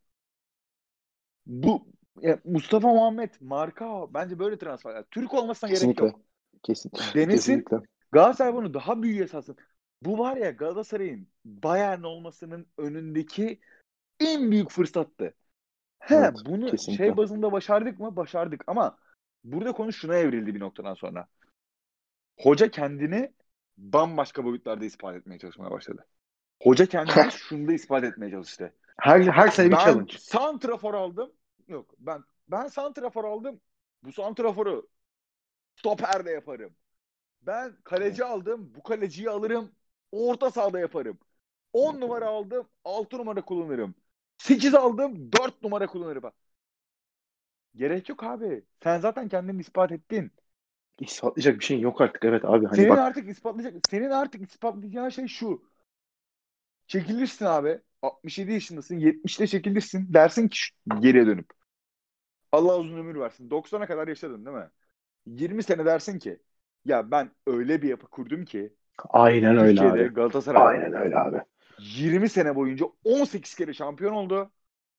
Bu ya Mustafa Muhammed, Marka bence böyle transfer. Yani Türk olmasına gerek
Kesinlikle.
yok.
Kesin,
Denesin.
kesinlikle.
Galatasaray bunu daha büyüğe satsın. Bu var ya Galatasaray'ın Bayern olmasının önündeki en büyük fırsattı. He,
Evet,
bunu
kesinlikle.
şey bazında başardık mı? Başardık ama burada konu şuna evrildi bir noktadan sonra. Hoca kendini bambaşka boyutlarda ispat etmeye çalışmaya başladı. Hoca kendini şunda ispat etmeye çalıştı.
Her her sene bir
Ben
challenge.
santrafor aldım. Yok ben ben santrafor aldım. Bu santraforu stoper de yaparım. Ben kaleci aldım. Bu kaleciyi alırım. Orta sahada yaparım. on numara aldım. altı numara kullanırım. sekiz aldım. dört numara kullanırım. Gerek yok abi. Sen zaten kendini ispat ettin.
İspatlayacak bir şey yok artık. Evet abi hani
Senin
bak
artık ispatlayacak, senin artık ispatlayacağın şey şu. Çekilirsin abi. altmış yedi yaşındasın. yetmişte çekilirsin. Dersin ki şu- geriye dönüp. Allah uzun ömür versin. doksana kadar yaşadın değil mi? yirmi sene dersin ki ya ben öyle bir yapı kurdum ki
aynen öyle
Türkiye'de
abi.
Galatasaray
Aynen öyle abi.
yirmi sene boyunca on sekiz kere şampiyon oldu.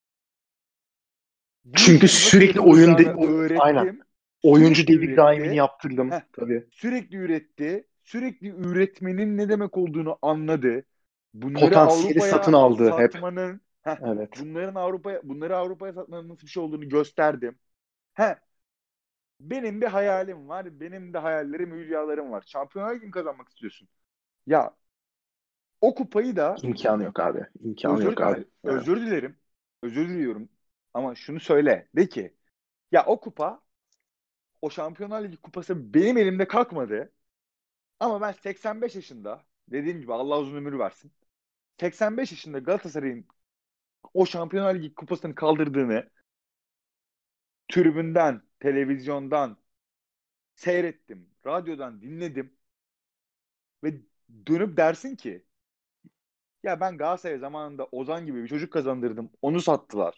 Bu
Çünkü
işin nasıl
sürekli oyun de,
yapılacağını
o- aynen.
öğrettim.
Oyuncu
Sürekli
devir daimini
üretti.
yaptırdım
Heh,
tabii.
sürekli üretti. Sürekli üretmenin ne demek olduğunu anladı. Bunları
Potansiyeli satın
Avrupa'ya
aldı hep.
satmanın, heh,
Evet.
bunların Avrupa'ya, bunları Avrupa'ya satmanın nasıl bir şey olduğunu gösterdim. Heh, benim bir hayalim var. Benim de hayallerim, hülyalarım var. Şampiyonlar Ligi'ni kazanmak istiyorsun. Ya o kupayı da
İmkanı yok abi. İmkanı
özür
yok abi.
hayır,
Yani.
özür dilerim. Özür diliyorum. Ama şunu söyle. De ki ya o kupa o Şampiyonlar Ligi kupası benim elimde kalkmadı. Ama ben seksen beş yaşında dediğim gibi Allah uzun ömür versin. seksen beş yaşında Galatasaray'ın o Şampiyonlar Ligi kupasını kaldırdığını tribünden, televizyondan seyrettim, radyodan dinledim ve dönüp dersin ki ya ben Galatasaray'a zamanında Ozan gibi bir çocuk kazandırdım. Onu sattılar.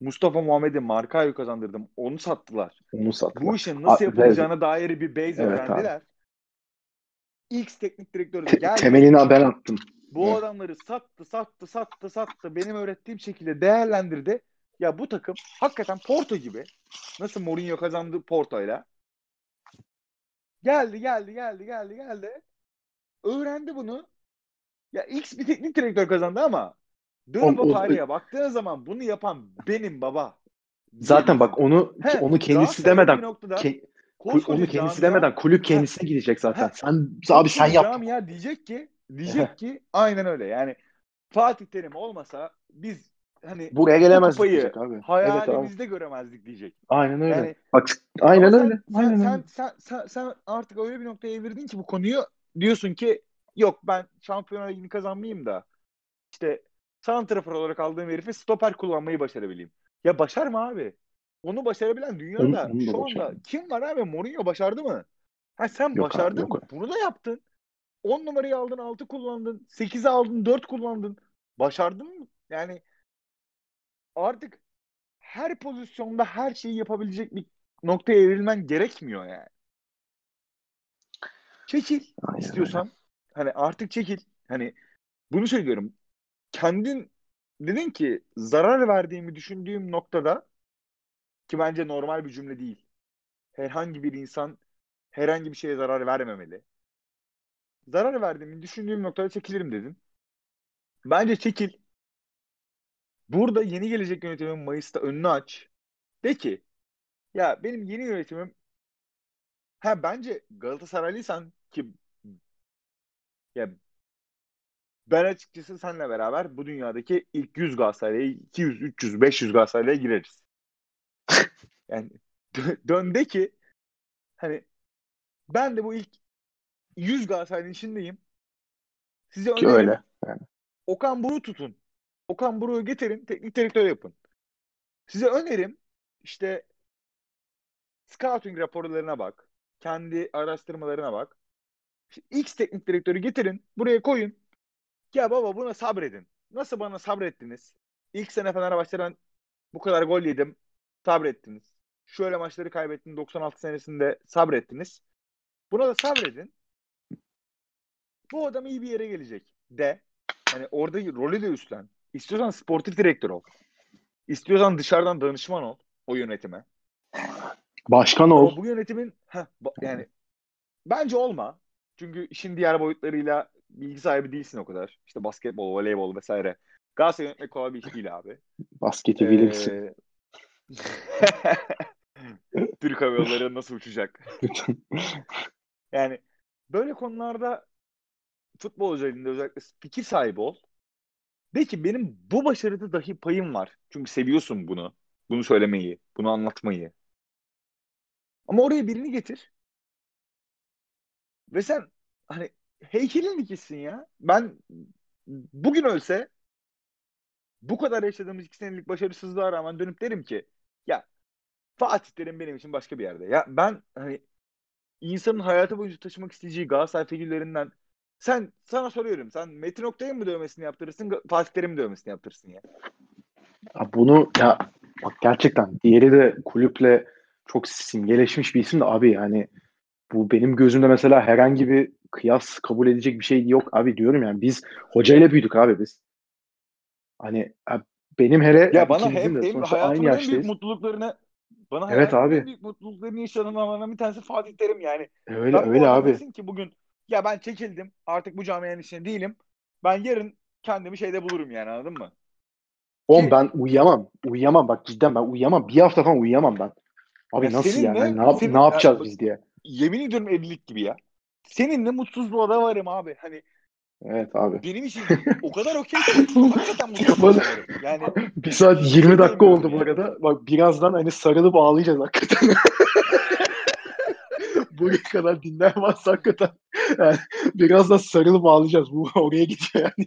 Mustafa Muhammed'e Markao'yu kazandırdım. Onu sattılar.
Onu sattılar.
Bu işin nasıl
A-
yapılacağına dair bir base
Evet abi.
öğrendiler. X teknik direktörü de geldi.
Temelini ben attım.
Bu
Evet.
adamları sattı, sattı, sattı, sattı. Benim öğrettiğim şekilde değerlendirdi. Ya bu takım hakikaten Porto gibi. Nasıl Mourinho kazandı Porto'yla. Geldi, geldi, geldi, geldi, geldi. Öğrendi bunu. Ya X bir teknik direktör kazandı ama
O,
dönüp o
o,
tarihe baktığın zaman bunu yapan benim baba
zaten
diyebilirsin.
bak onu
He,
onu kendisi
Galatasaray öyle
demeden
bir noktada
ke- kul- onu
koskoca
kendisi
camia
demeden kulüp
he,
kendisine gidecek zaten.
he,
Sen abi sen
koskoca
yap.
camia diyecek ki diyecek ki aynen öyle. Yani Fatih Terim olmasa biz hani
Buraya
bu
gelemezdik
kupayı
diyecek abi. Evet abi.
hayalimizde göremezdik diyecek.
Aynen öyle.
Yani
Bak
ama
aynen öyle.
sen sen
Aynen öyle.
sen sen sen, sen artık öyle bir noktaya evirdin ki bu konuyu diyorsun ki yok ben Şampiyonlar Ligi'ni kazanmayayım da işte santrafor olarak aldığım herifi stoper kullanmayı başarabileyim. Ya başarma abi. Onu başarabilen
Onu,
dünyada
onu da
şu anda
başardım.
kim var abi? Mourinho başardı mı? Ha sen
Yok abi yok.
başardın. Bunu da yaptın. on numarayı aldın, altı kullandın. sekizi aldın, dört kullandın. Başardın mı? Yani artık her pozisyonda her şeyi yapabilecek bir noktaya evrilmen gerekmiyor yani. Çekil
Aynen öyle.
istiyorsan. Hani artık çekil. Hani bunu söylüyorum. Kendin dedin ki zarar verdiğimi düşündüğüm noktada ki bence normal bir cümle değil. Herhangi bir insan herhangi bir şeye zarar vermemeli. Zarar verdiğimi düşündüğüm noktada çekilirim dedin. Bence çekil. Burada yeni gelecek yönetimin Mayıs'ta önünü aç. De ki ya benim yeni yönetimim ha bence Galatasaraylıysan ki ya ben açıkçası seninle beraber bu dünyadaki ilk yüz Galatasaray'a iki yüz, üç yüz, beş yüz Galatasaray'a gireriz. Yani dö- dön de ki hani ben de bu ilk yüz Galatasaray'ın içindeyim. Size
Ki
önerim
öyle. Yani.
Okan Buruk'u tutun. Okan Buruk'u getirin, teknik direktör yapın. Size önerim işte scouting raporlarına bak. Kendi araştırmalarına bak. İşte X teknik direktörü getirin, buraya koyun. Ya baba buna sabredin. Nasıl bana sabrettiniz? İlk sene Fenerbahçe'den bu kadar gol yedim. Sabrettiniz. Şöyle maçları kaybettim doksan altı senesinde sabrettiniz. Buna da sabredin. Bu adam iyi bir yere gelecek de. Hani orada rolü de üstlen. İstiyorsan sportif direktör ol. İstiyorsan dışarıdan danışman ol o yönetime.
Başkan ol.
Ama bu yönetimin heh, yani bence olma. Çünkü işin diğer boyutlarıyla bilgi sahibi değilsin o kadar. İşte basketbol, voleybol vesaire. Galatasaray yönetmek kolay bir iş değil abi.
Basketi bilirsin.
Ee... Türk Hava Yolları nasıl uçacak? Yani böyle konularda futbol özelinde özellikle fikir sahibi ol. De ki benim bu başarıda dahi payım var. Çünkü seviyorsun bunu. Bunu söylemeyi, bunu anlatmayı. Ama oraya birini getir. Ve sen hani heykelin dikilsin ya. Ben bugün ölse bu kadar yaşadığımız iki senelik başarısızlığa rağmen dönüp derim ki ya Fatih Terim benim için başka bir yerde. Ya ben hani insanın hayatı boyunca taşımak isteyeceği Galatasaray figürlerinden sen sana soruyorum. Sen Metin Oktay'ın mı dövmesini yaptırırsın, Fatih Terim'in dövmesini yaptırırsın ya?
Ya bunu ya bak gerçekten diğeri de kulüple çok simgeleşmiş bir isim de abi yani bu benim gözümde mesela herhangi bir kıyas kabul edecek bir şey yok abi diyorum yani biz hocayla büyüdük abi biz. Hani ya benim hele
Ya
yani
bana
ikimizin
hem,
de
hem
sonuçta aynı
hayatımın en büyük
yaştayız.
mutluluklarını bana
Evet
hayatımın en
abi.
büyük mutluluklarını yaşanan bir tanesi Fatih Terim yani.
Öyle
Sen bu
öyle
adam
abi.
desin ki bugün ya ben çekildim artık bu camianın içinde değilim. Ben yarın kendimi şeyde bulurum yani anladın mı?
Oğlum
Ki
ben uyuyamam. Uyuyamam bak cidden ben uyuyamam. Bir hafta falan uyuyamam ben.
ya
Abi nasıl yani? Hani
seninle
ne, yap ne
senin ya,
yapacağız
bak,
biz diye.
yemin ediyorum evlilik gibi ya. Seninle mutsuzluğa da varım abi. Hani
Evet abi.
benim için o kadar okey ki hakikaten mutsuzluğa
Bana
da varım. Yani
bir saat
hiçbir
yirmi
şey
dakika
diyemiyorum
oldu bu
yani.
arada. Bak birazdan hani sarılıp ağlayacağız hakikaten. Buraya kadar dinlenmez hakikaten. Yani birazdan sarılıp ağlayacağız. Bu oraya gidiyor yani.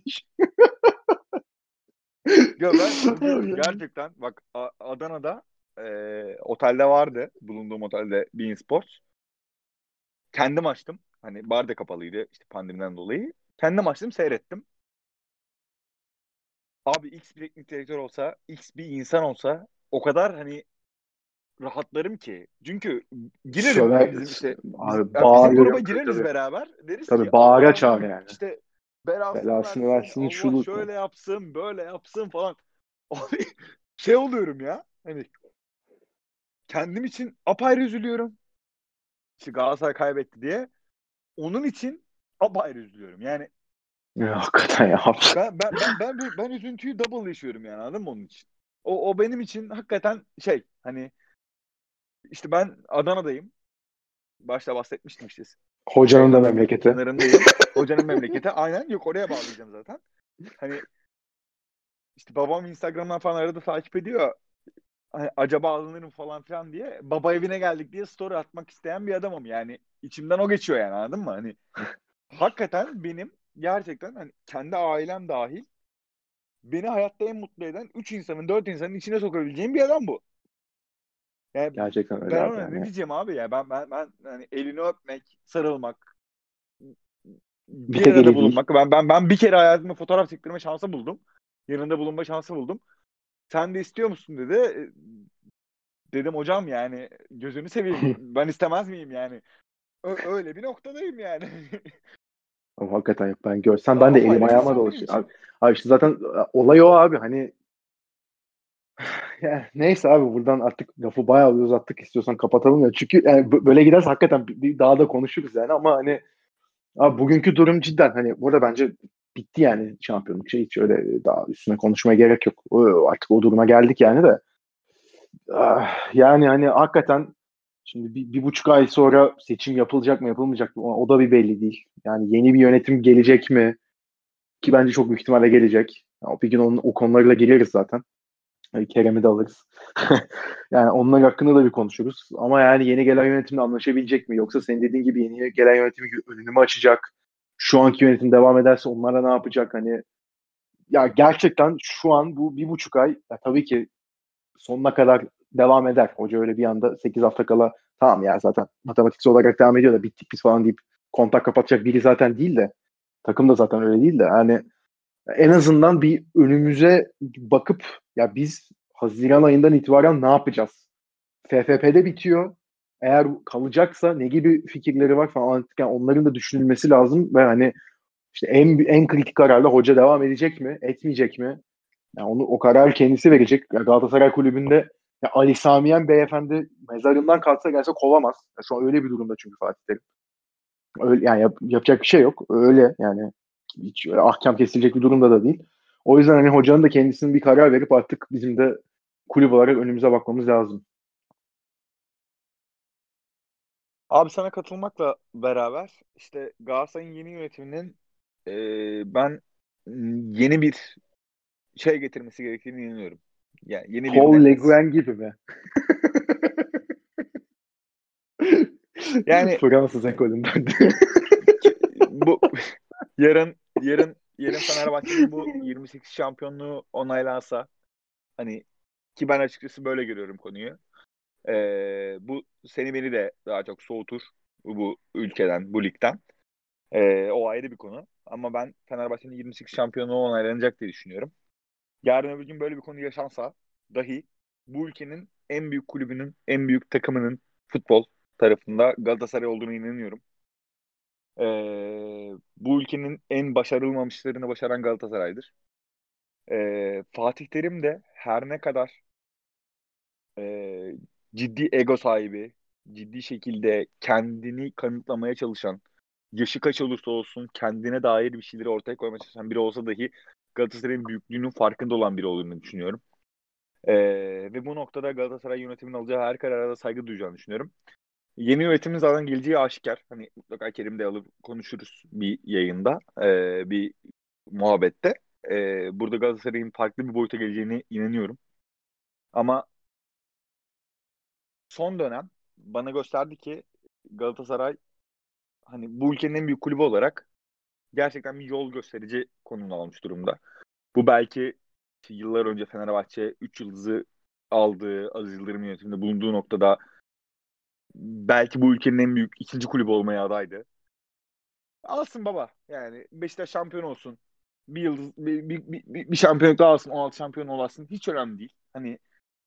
Ya ben bugün
Yani.
gerçekten bak A- Adana'da e, otelde vardı. Bulunduğum otelde Bein Sports. Kendim açtım. Hani bar da kapalıydı işte pandemiden dolayı. Kendim açtım seyrettim. Abi X bir teknik direktör olsa, X bir insan olsa o kadar hani rahatlarım ki. Çünkü girerim
Söyle,
bizim işte biz,
abi
ya bizim gruba
bağırırım tabii
gireriz
tabii.
beraber. Deriz ki
Tabii bağıra çağır
Allah'ım
yani.
işte belasını
Belasını
versin.
versin
Allah
şudur.
şöyle yapsın, böyle yapsın falan. Abi şey oluyorum ya. Hani kendim için apayrı üzülüyorum. İşte Galatasaray kaybetti diye. Onun için apayrı üzülüyorum. Yani
Ya, hakikaten ya.
ben ben ben ben bu ben üzüntüyü double yaşıyorum yani, anladın mı onun için? O o benim için hakikaten şey, hani işte ben Adana'dayım. Başta bahsetmiştim işte.
Hocanın da
Seyhan Gölü'nün
memleketi.
kenarındayım. Hocanın memleketi. Aynen, yok oraya bağlayacağım zaten. Hani işte babam Instagram'dan falan arada takip ediyor. Hani acaba alınırım falan filan diye. Baba evine geldik diye story atmak isteyen bir adamım yani. İçimden o geçiyor yani, anladın mı? Hani hakikaten benim gerçekten hani kendi ailem dahil beni hayatta en mutlu eden üç insanın, dört insanın içine sokabileceğim bir adam bu. Yani
Gerçekten öyle
ben
abi
ona ne
yani.
diyeceğim abi ya? Ben ben ben hani elini öpmek, sarılmak,
Bir
bir
tek
arada
eli değil.
bulunmak. Ben ben ben bir kere hayatımda fotoğraf çektirme şansı buldum. Yanında bulunma şansı buldum. Sen de istiyor musun dedi. E, Dedim hocam yani gözünü seveyim. Ben istemez miyim yani? Ö- öyle bir noktadayım yani.
Ama hakikaten yok. Ben görsem ben de elim
Apayrı bir
ayağıma
insan benim
dolaşır. Abi,
için.
abi işte zaten e, olay o abi. Hani ya, neyse abi buradan artık lafı bayağı uzattık, istiyorsan kapatalım ya. Çünkü yani b- böyle giderse hakikaten bir, bir daha da konuşuruz yani, ama hani abi bugünkü durum cidden hani burada bence bitti yani şampiyonluk şey, hiç öyle daha üstüne konuşmaya gerek yok. O, artık o duruma geldik yani de. Ah, yani hani hakikaten şimdi bir, bir buçuk ay sonra seçim yapılacak mı yapılmayacak mı, o, o da bir belli değil. Yani yeni bir yönetim gelecek mi? Ki bence çok büyük ihtimalle gelecek. Yani bir gün onun, o konularla gireriz zaten. Yani Kerem'i de alırız. Yani onlar hakkında da bir konuşuruz. Ama yani yeni gelen yönetimle anlaşabilecek mi? Yoksa senin dediğin gibi yeni gelen yönetim önünü mü açacak? Şu anki yönetim devam ederse onlara ne yapacak? Hani ya gerçekten şu an bu bir buçuk ay ya tabii ki sonuna kadar devam eder. Hoca öyle bir anda sekiz hafta kala tamam ya zaten matematiksel olarak devam ediyor da bittik biz falan deyip kontak kapatacak biri zaten değil de, takım da zaten öyle değil de, yani en azından bir önümüze bakıp ya biz Haziran ayından itibaren ne yapacağız? F F P'de bitiyor. Eğer kalacaksa ne gibi fikirleri var falan, artık yani onların da düşünülmesi lazım ve hani işte en en kritik kararla hoca devam edecek mi, etmeyecek mi? Yani onu o kararı kendisi verecek. Ya Galatasaray Kulübü'nde ya Ali Samiyen beyefendi mezarından kalksa gelse kovamaz. Ya şu an öyle bir durumda çünkü Fatih Terim. Öyle, yani yap- yapacak bir şey yok. Öyle yani hiç öyle ahkam kesilecek bir durumda da değil. O yüzden hani hocanın da kendisinin bir karar verip artık bizim de kulüp olarak önümüze bakmamız lazım.
Abi sana katılmakla beraber işte Galatasaray'ın yeni yönetiminin e, ben m, yeni bir şey getirmesi gerektiğini inanıyorum. Yani yeni bir
Paul
net.
Le gibi mi?
Yani
Fransız ekolünden.
ki- bu yarın yarın yarın Fenerbahçe'nin bu yirmi sekiz şampiyonluğu onaylansa, hani ki ben açıkçası böyle görüyorum konuyu. Ee, bu seni beni de daha çok soğutur bu, bu ülkeden, bu ligden. Ee, o ayrı bir konu. Ama ben Fenerbahçe'nin yirmi sekiz şampiyonluğu onaylanacak diye düşünüyorum. Yarın öbür gün böyle bir konu yaşansa dahi bu ülkenin en büyük kulübünün, en büyük takımının futbol tarafında Galatasaray olduğunu inanıyorum. Ee, bu ülkenin en başarılmamışlarını başaran Galatasaray'dır. Ee, Fatih Terim de her ne kadar e, ciddi ego sahibi, ciddi şekilde kendini kanıtlamaya çalışan, yaşı kaç olursa olsun kendine dair bir şeyleri ortaya koymaya çalışan biri olsa dahi Galatasaray'ın büyüklüğünün farkında olan biri olduğunu düşünüyorum. Ee, ve bu noktada Galatasaray yönetiminin alacağı her karara da saygı duyacağını düşünüyorum. Yeni yönetimin zaten geleceği aşikar. Hani mutlaka Kerim de alıp konuşuruz bir yayında, e, bir muhabbette. E, burada Galatasaray'ın farklı bir boyuta geleceğine inanıyorum. Ama son dönem bana gösterdi ki Galatasaray hani bu ülkenin en büyük kulübü olarak gerçekten bir yol gösterici konumunu almış durumda. Bu belki işte yıllar önce Fenerbahçe üç yıldızı aldığı, Aziz Yıldırım yönetiminde bulunduğu noktada belki bu ülkenin en büyük ikinci kulübü olmaya adaydı. Alsın baba. Yani Beşiktaş şampiyon olsun. Bir yıldız bir, bir, bir, bir şampiyonluk daha alsın. on altı şampiyon olasın. Hiç önemli değil. Hani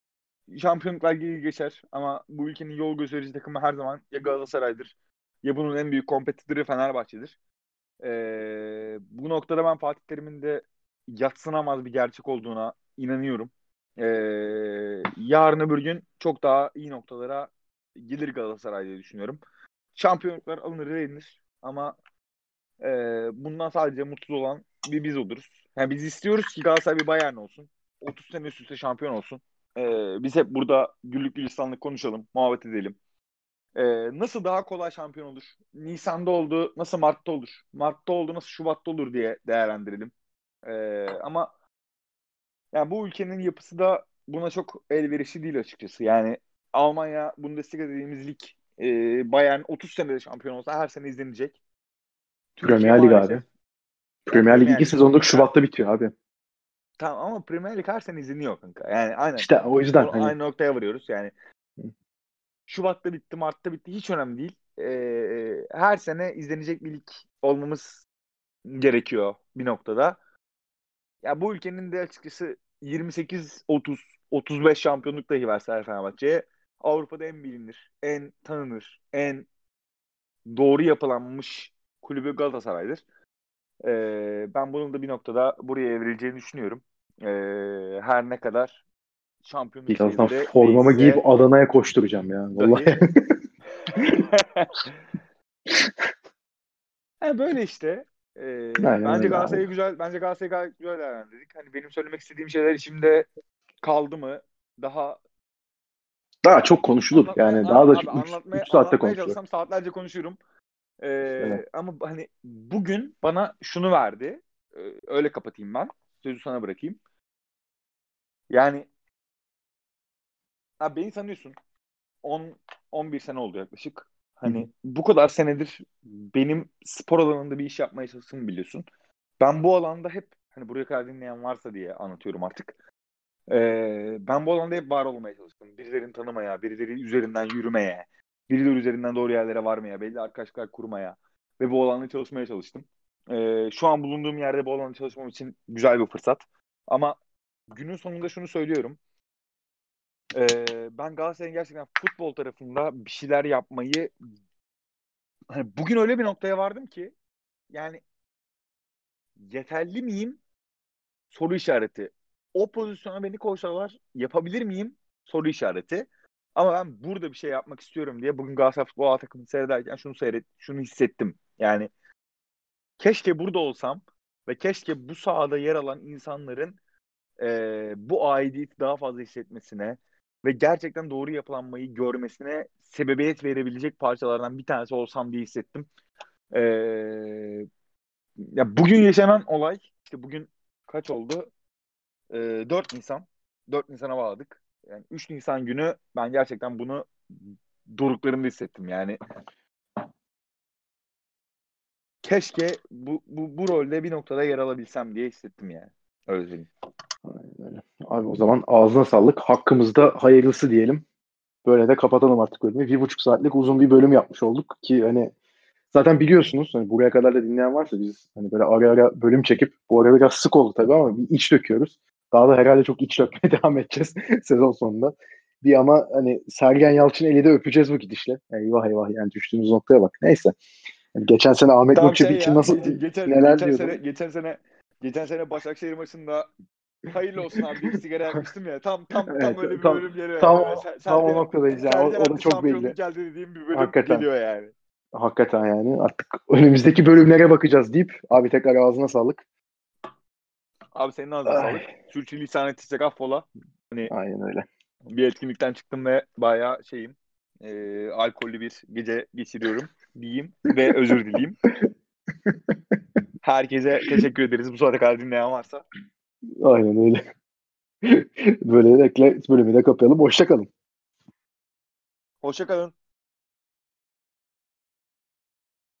şampiyonluklar gelir geçer ama bu ülkenin yol gösterici takımı her zaman ya Galatasaray'dır ya bunun en büyük kompetitörü Fenerbahçe'dir. Ee, bu noktada ben Fatih Terim'in de yadsınamaz bir gerçek olduğuna inanıyorum. Ee, yarın öbür gün çok daha iyi noktalara gelir Galatasaray diye düşünüyorum. Şampiyonluklar alınır verilir ama e, bundan sadece mutsuz olan bir biz oluruz. Yani biz istiyoruz ki Galatasaray bir Bayern olsun. otuz sene üst üste şampiyon olsun. Ee, biz hep burada güllük gülistanlık konuşalım, muhabbet edelim. Ee, nasıl daha kolay şampiyon olur? Nisan'da oldu, nasıl Mart'ta olur? Mart'ta oldu, nasıl Şubat'ta olur diye değerlendirelim. Ee, ama yani bu ülkenin yapısı da buna çok elverişli değil açıkçası. Yani Almanya Bundesliga dediğimiz lig, e, Bayern otuz senede şampiyon olsa her sene izlenecek. Türkiye
Premier Lig
maalesef
abi.
ya
Premier Lig
Premier
iki
Lig.
sezondur
Ya,
Şubat'ta bitiyor abi.
tamam ama Premier Lig her sene izleniyor kanka. Yani aynen.
İşte o yüzden
O,
hani
aynı noktaya varıyoruz. Yani Şubat'ta bitti, Mart'ta bitti hiç önemli değil. Ee, her sene izlenecek bir lig olmamız gerekiyor bir noktada. Ya bu ülkenin de açıkçası yirmi sekiz otuz otuz beş şampiyonluk dahi verse Fenerbahçe'ye Avrupa'da en bilinir, en tanınır, en doğru yapılanmış kulübü Galatasaray'dır. Ee, ben bunun da bir noktada buraya evrileceğini düşünüyorum. Ee, her ne kadar şampiyonluk
birazdan
sayıları
formamı
değişse
giyip Adana'ya koşturacağım ya.
dahi.
Vallahi.
Yani böyle işte. Ee,
Aynen
bence
öyle abi.
Galatasaray'ı güzel, bence Galatasaray'ı gayet güzel değerlendirdik. Hani benim söylemek istediğim şeyler içimde kaldı mı? Daha
Daha çok konuşulur.
anlatmaya
Yani daha
a-
da
abi
üç
anlatmaya
üç saatte
anlatmaya
konuşulur.
çalışsam saatlerce konuşurum.
Evet.
Ee, ama hani bugün bana şunu verdi. Ee, öyle kapatayım ben. Sözü sana bırakayım. Yani abi beni sanıyorsun. on on bir sene oldu yaklaşık.
Hı hı.
Hani bu kadar senedir benim spor alanında bir iş yapmaya çalıştığımı biliyorsun. Ben bu alanda hep hani buraya kadar dinleyen varsa diye anlatıyorum artık. Ee, ben bu alanda hep var olmaya çalıştım. Birilerini tanımaya, birileri üzerinden yürümeye, birileri üzerinden doğru yerlere varmaya, belli arkadaşlıklar kurmaya ve bu alanda çalışmaya çalıştım. Ee, şu an bulunduğum yerde bu alanda çalışmam için güzel bir fırsat. Ama günün sonunda şunu söylüyorum. Ee, ben Galatasaray'ın gerçekten futbol tarafında bir şeyler yapmayı hani bugün öyle bir noktaya vardım ki yani yeterli miyim? Soru işareti. O pozisyona beni koysalar yapabilir miyim? Soru işareti. Ama ben burada bir şey yapmak istiyorum diye bugün Galatasaray Futbol A takımını seyrederken şunu seyret, şunu hissettim. Yani keşke burada olsam ve keşke bu sahada yer alan insanların e, bu aidiyeti daha fazla hissetmesine ve gerçekten doğru yapılanmayı görmesine sebebiyet verebilecek parçalardan bir tanesi olsam diye hissettim. E, ya bugün yaşanan olay işte bugün kaç oldu? E, dört Nisan. dört Nisan'a bağladık. Yani üç Nisan günü ben gerçekten bunu doruklarımda hissettim. Yani keşke bu, bu, bu rolde bir noktada yer alabilsem diye hissettim yani. Öyle söyleyeyim.
Öyle. Abi o zaman ağzına sağlık. Hakkımızda hayırlısı diyelim. Böyle de kapatalım artık bölümü. Bir buçuk saatlik uzun bir bölüm yapmış olduk ki hani zaten biliyorsunuz hani buraya kadar da dinleyen varsa biz hani böyle ara ara bölüm çekip bu ara biraz sık oldu tabii ama bir iç döküyoruz. Daha da herhalde çok iç dökmeye devam edeceğiz sezon sonunda. Bir ama hani Sergen Yalçın eli de öpeceğiz bu gidişle. Eyvah eyvah yani düştüğümüz noktaya bak. Neyse. Yani geçen sene Ahmet
Tam
Nurçebi
şey
için
ya
nasıl
ge- geçen
neler
geçen sene
diyordum.
geçen sene geçen sene Başakşehir maçında hayırlı olsun abi diye bir sigara yakmıştım ya. Tam tam tam
Evet,
öyle bir
tam
bölüm geliyor
tam
yani. Böyle
o,
Ser-
tam o
Sergen
noktadayız yani. O,
Sergen
o da
artık
çok
şampiyonluk
belli.
geldi dediğim bir bölüm
Hakikaten.
geliyor yani.
Hakikaten yani. Artık önümüzdeki bölümlere bakacağız deyip abi tekrar ağzına sağlık.
Abi senin ağzına sağlık.
Ay,
Sürçülisan ettiysek affola. Hani
aynen öyle.
bir etkinlikten çıktım ve bayağı şeyim. E, alkollü bir gece geçiriyorum diyeyim ve özür dileyim. Herkese teşekkür ederiz bu saate kadar dinleyen varsa.
Aynen öyle. Böylelikle bölümü de kapayalım. Hoşça kalın.
Hoşça kalın.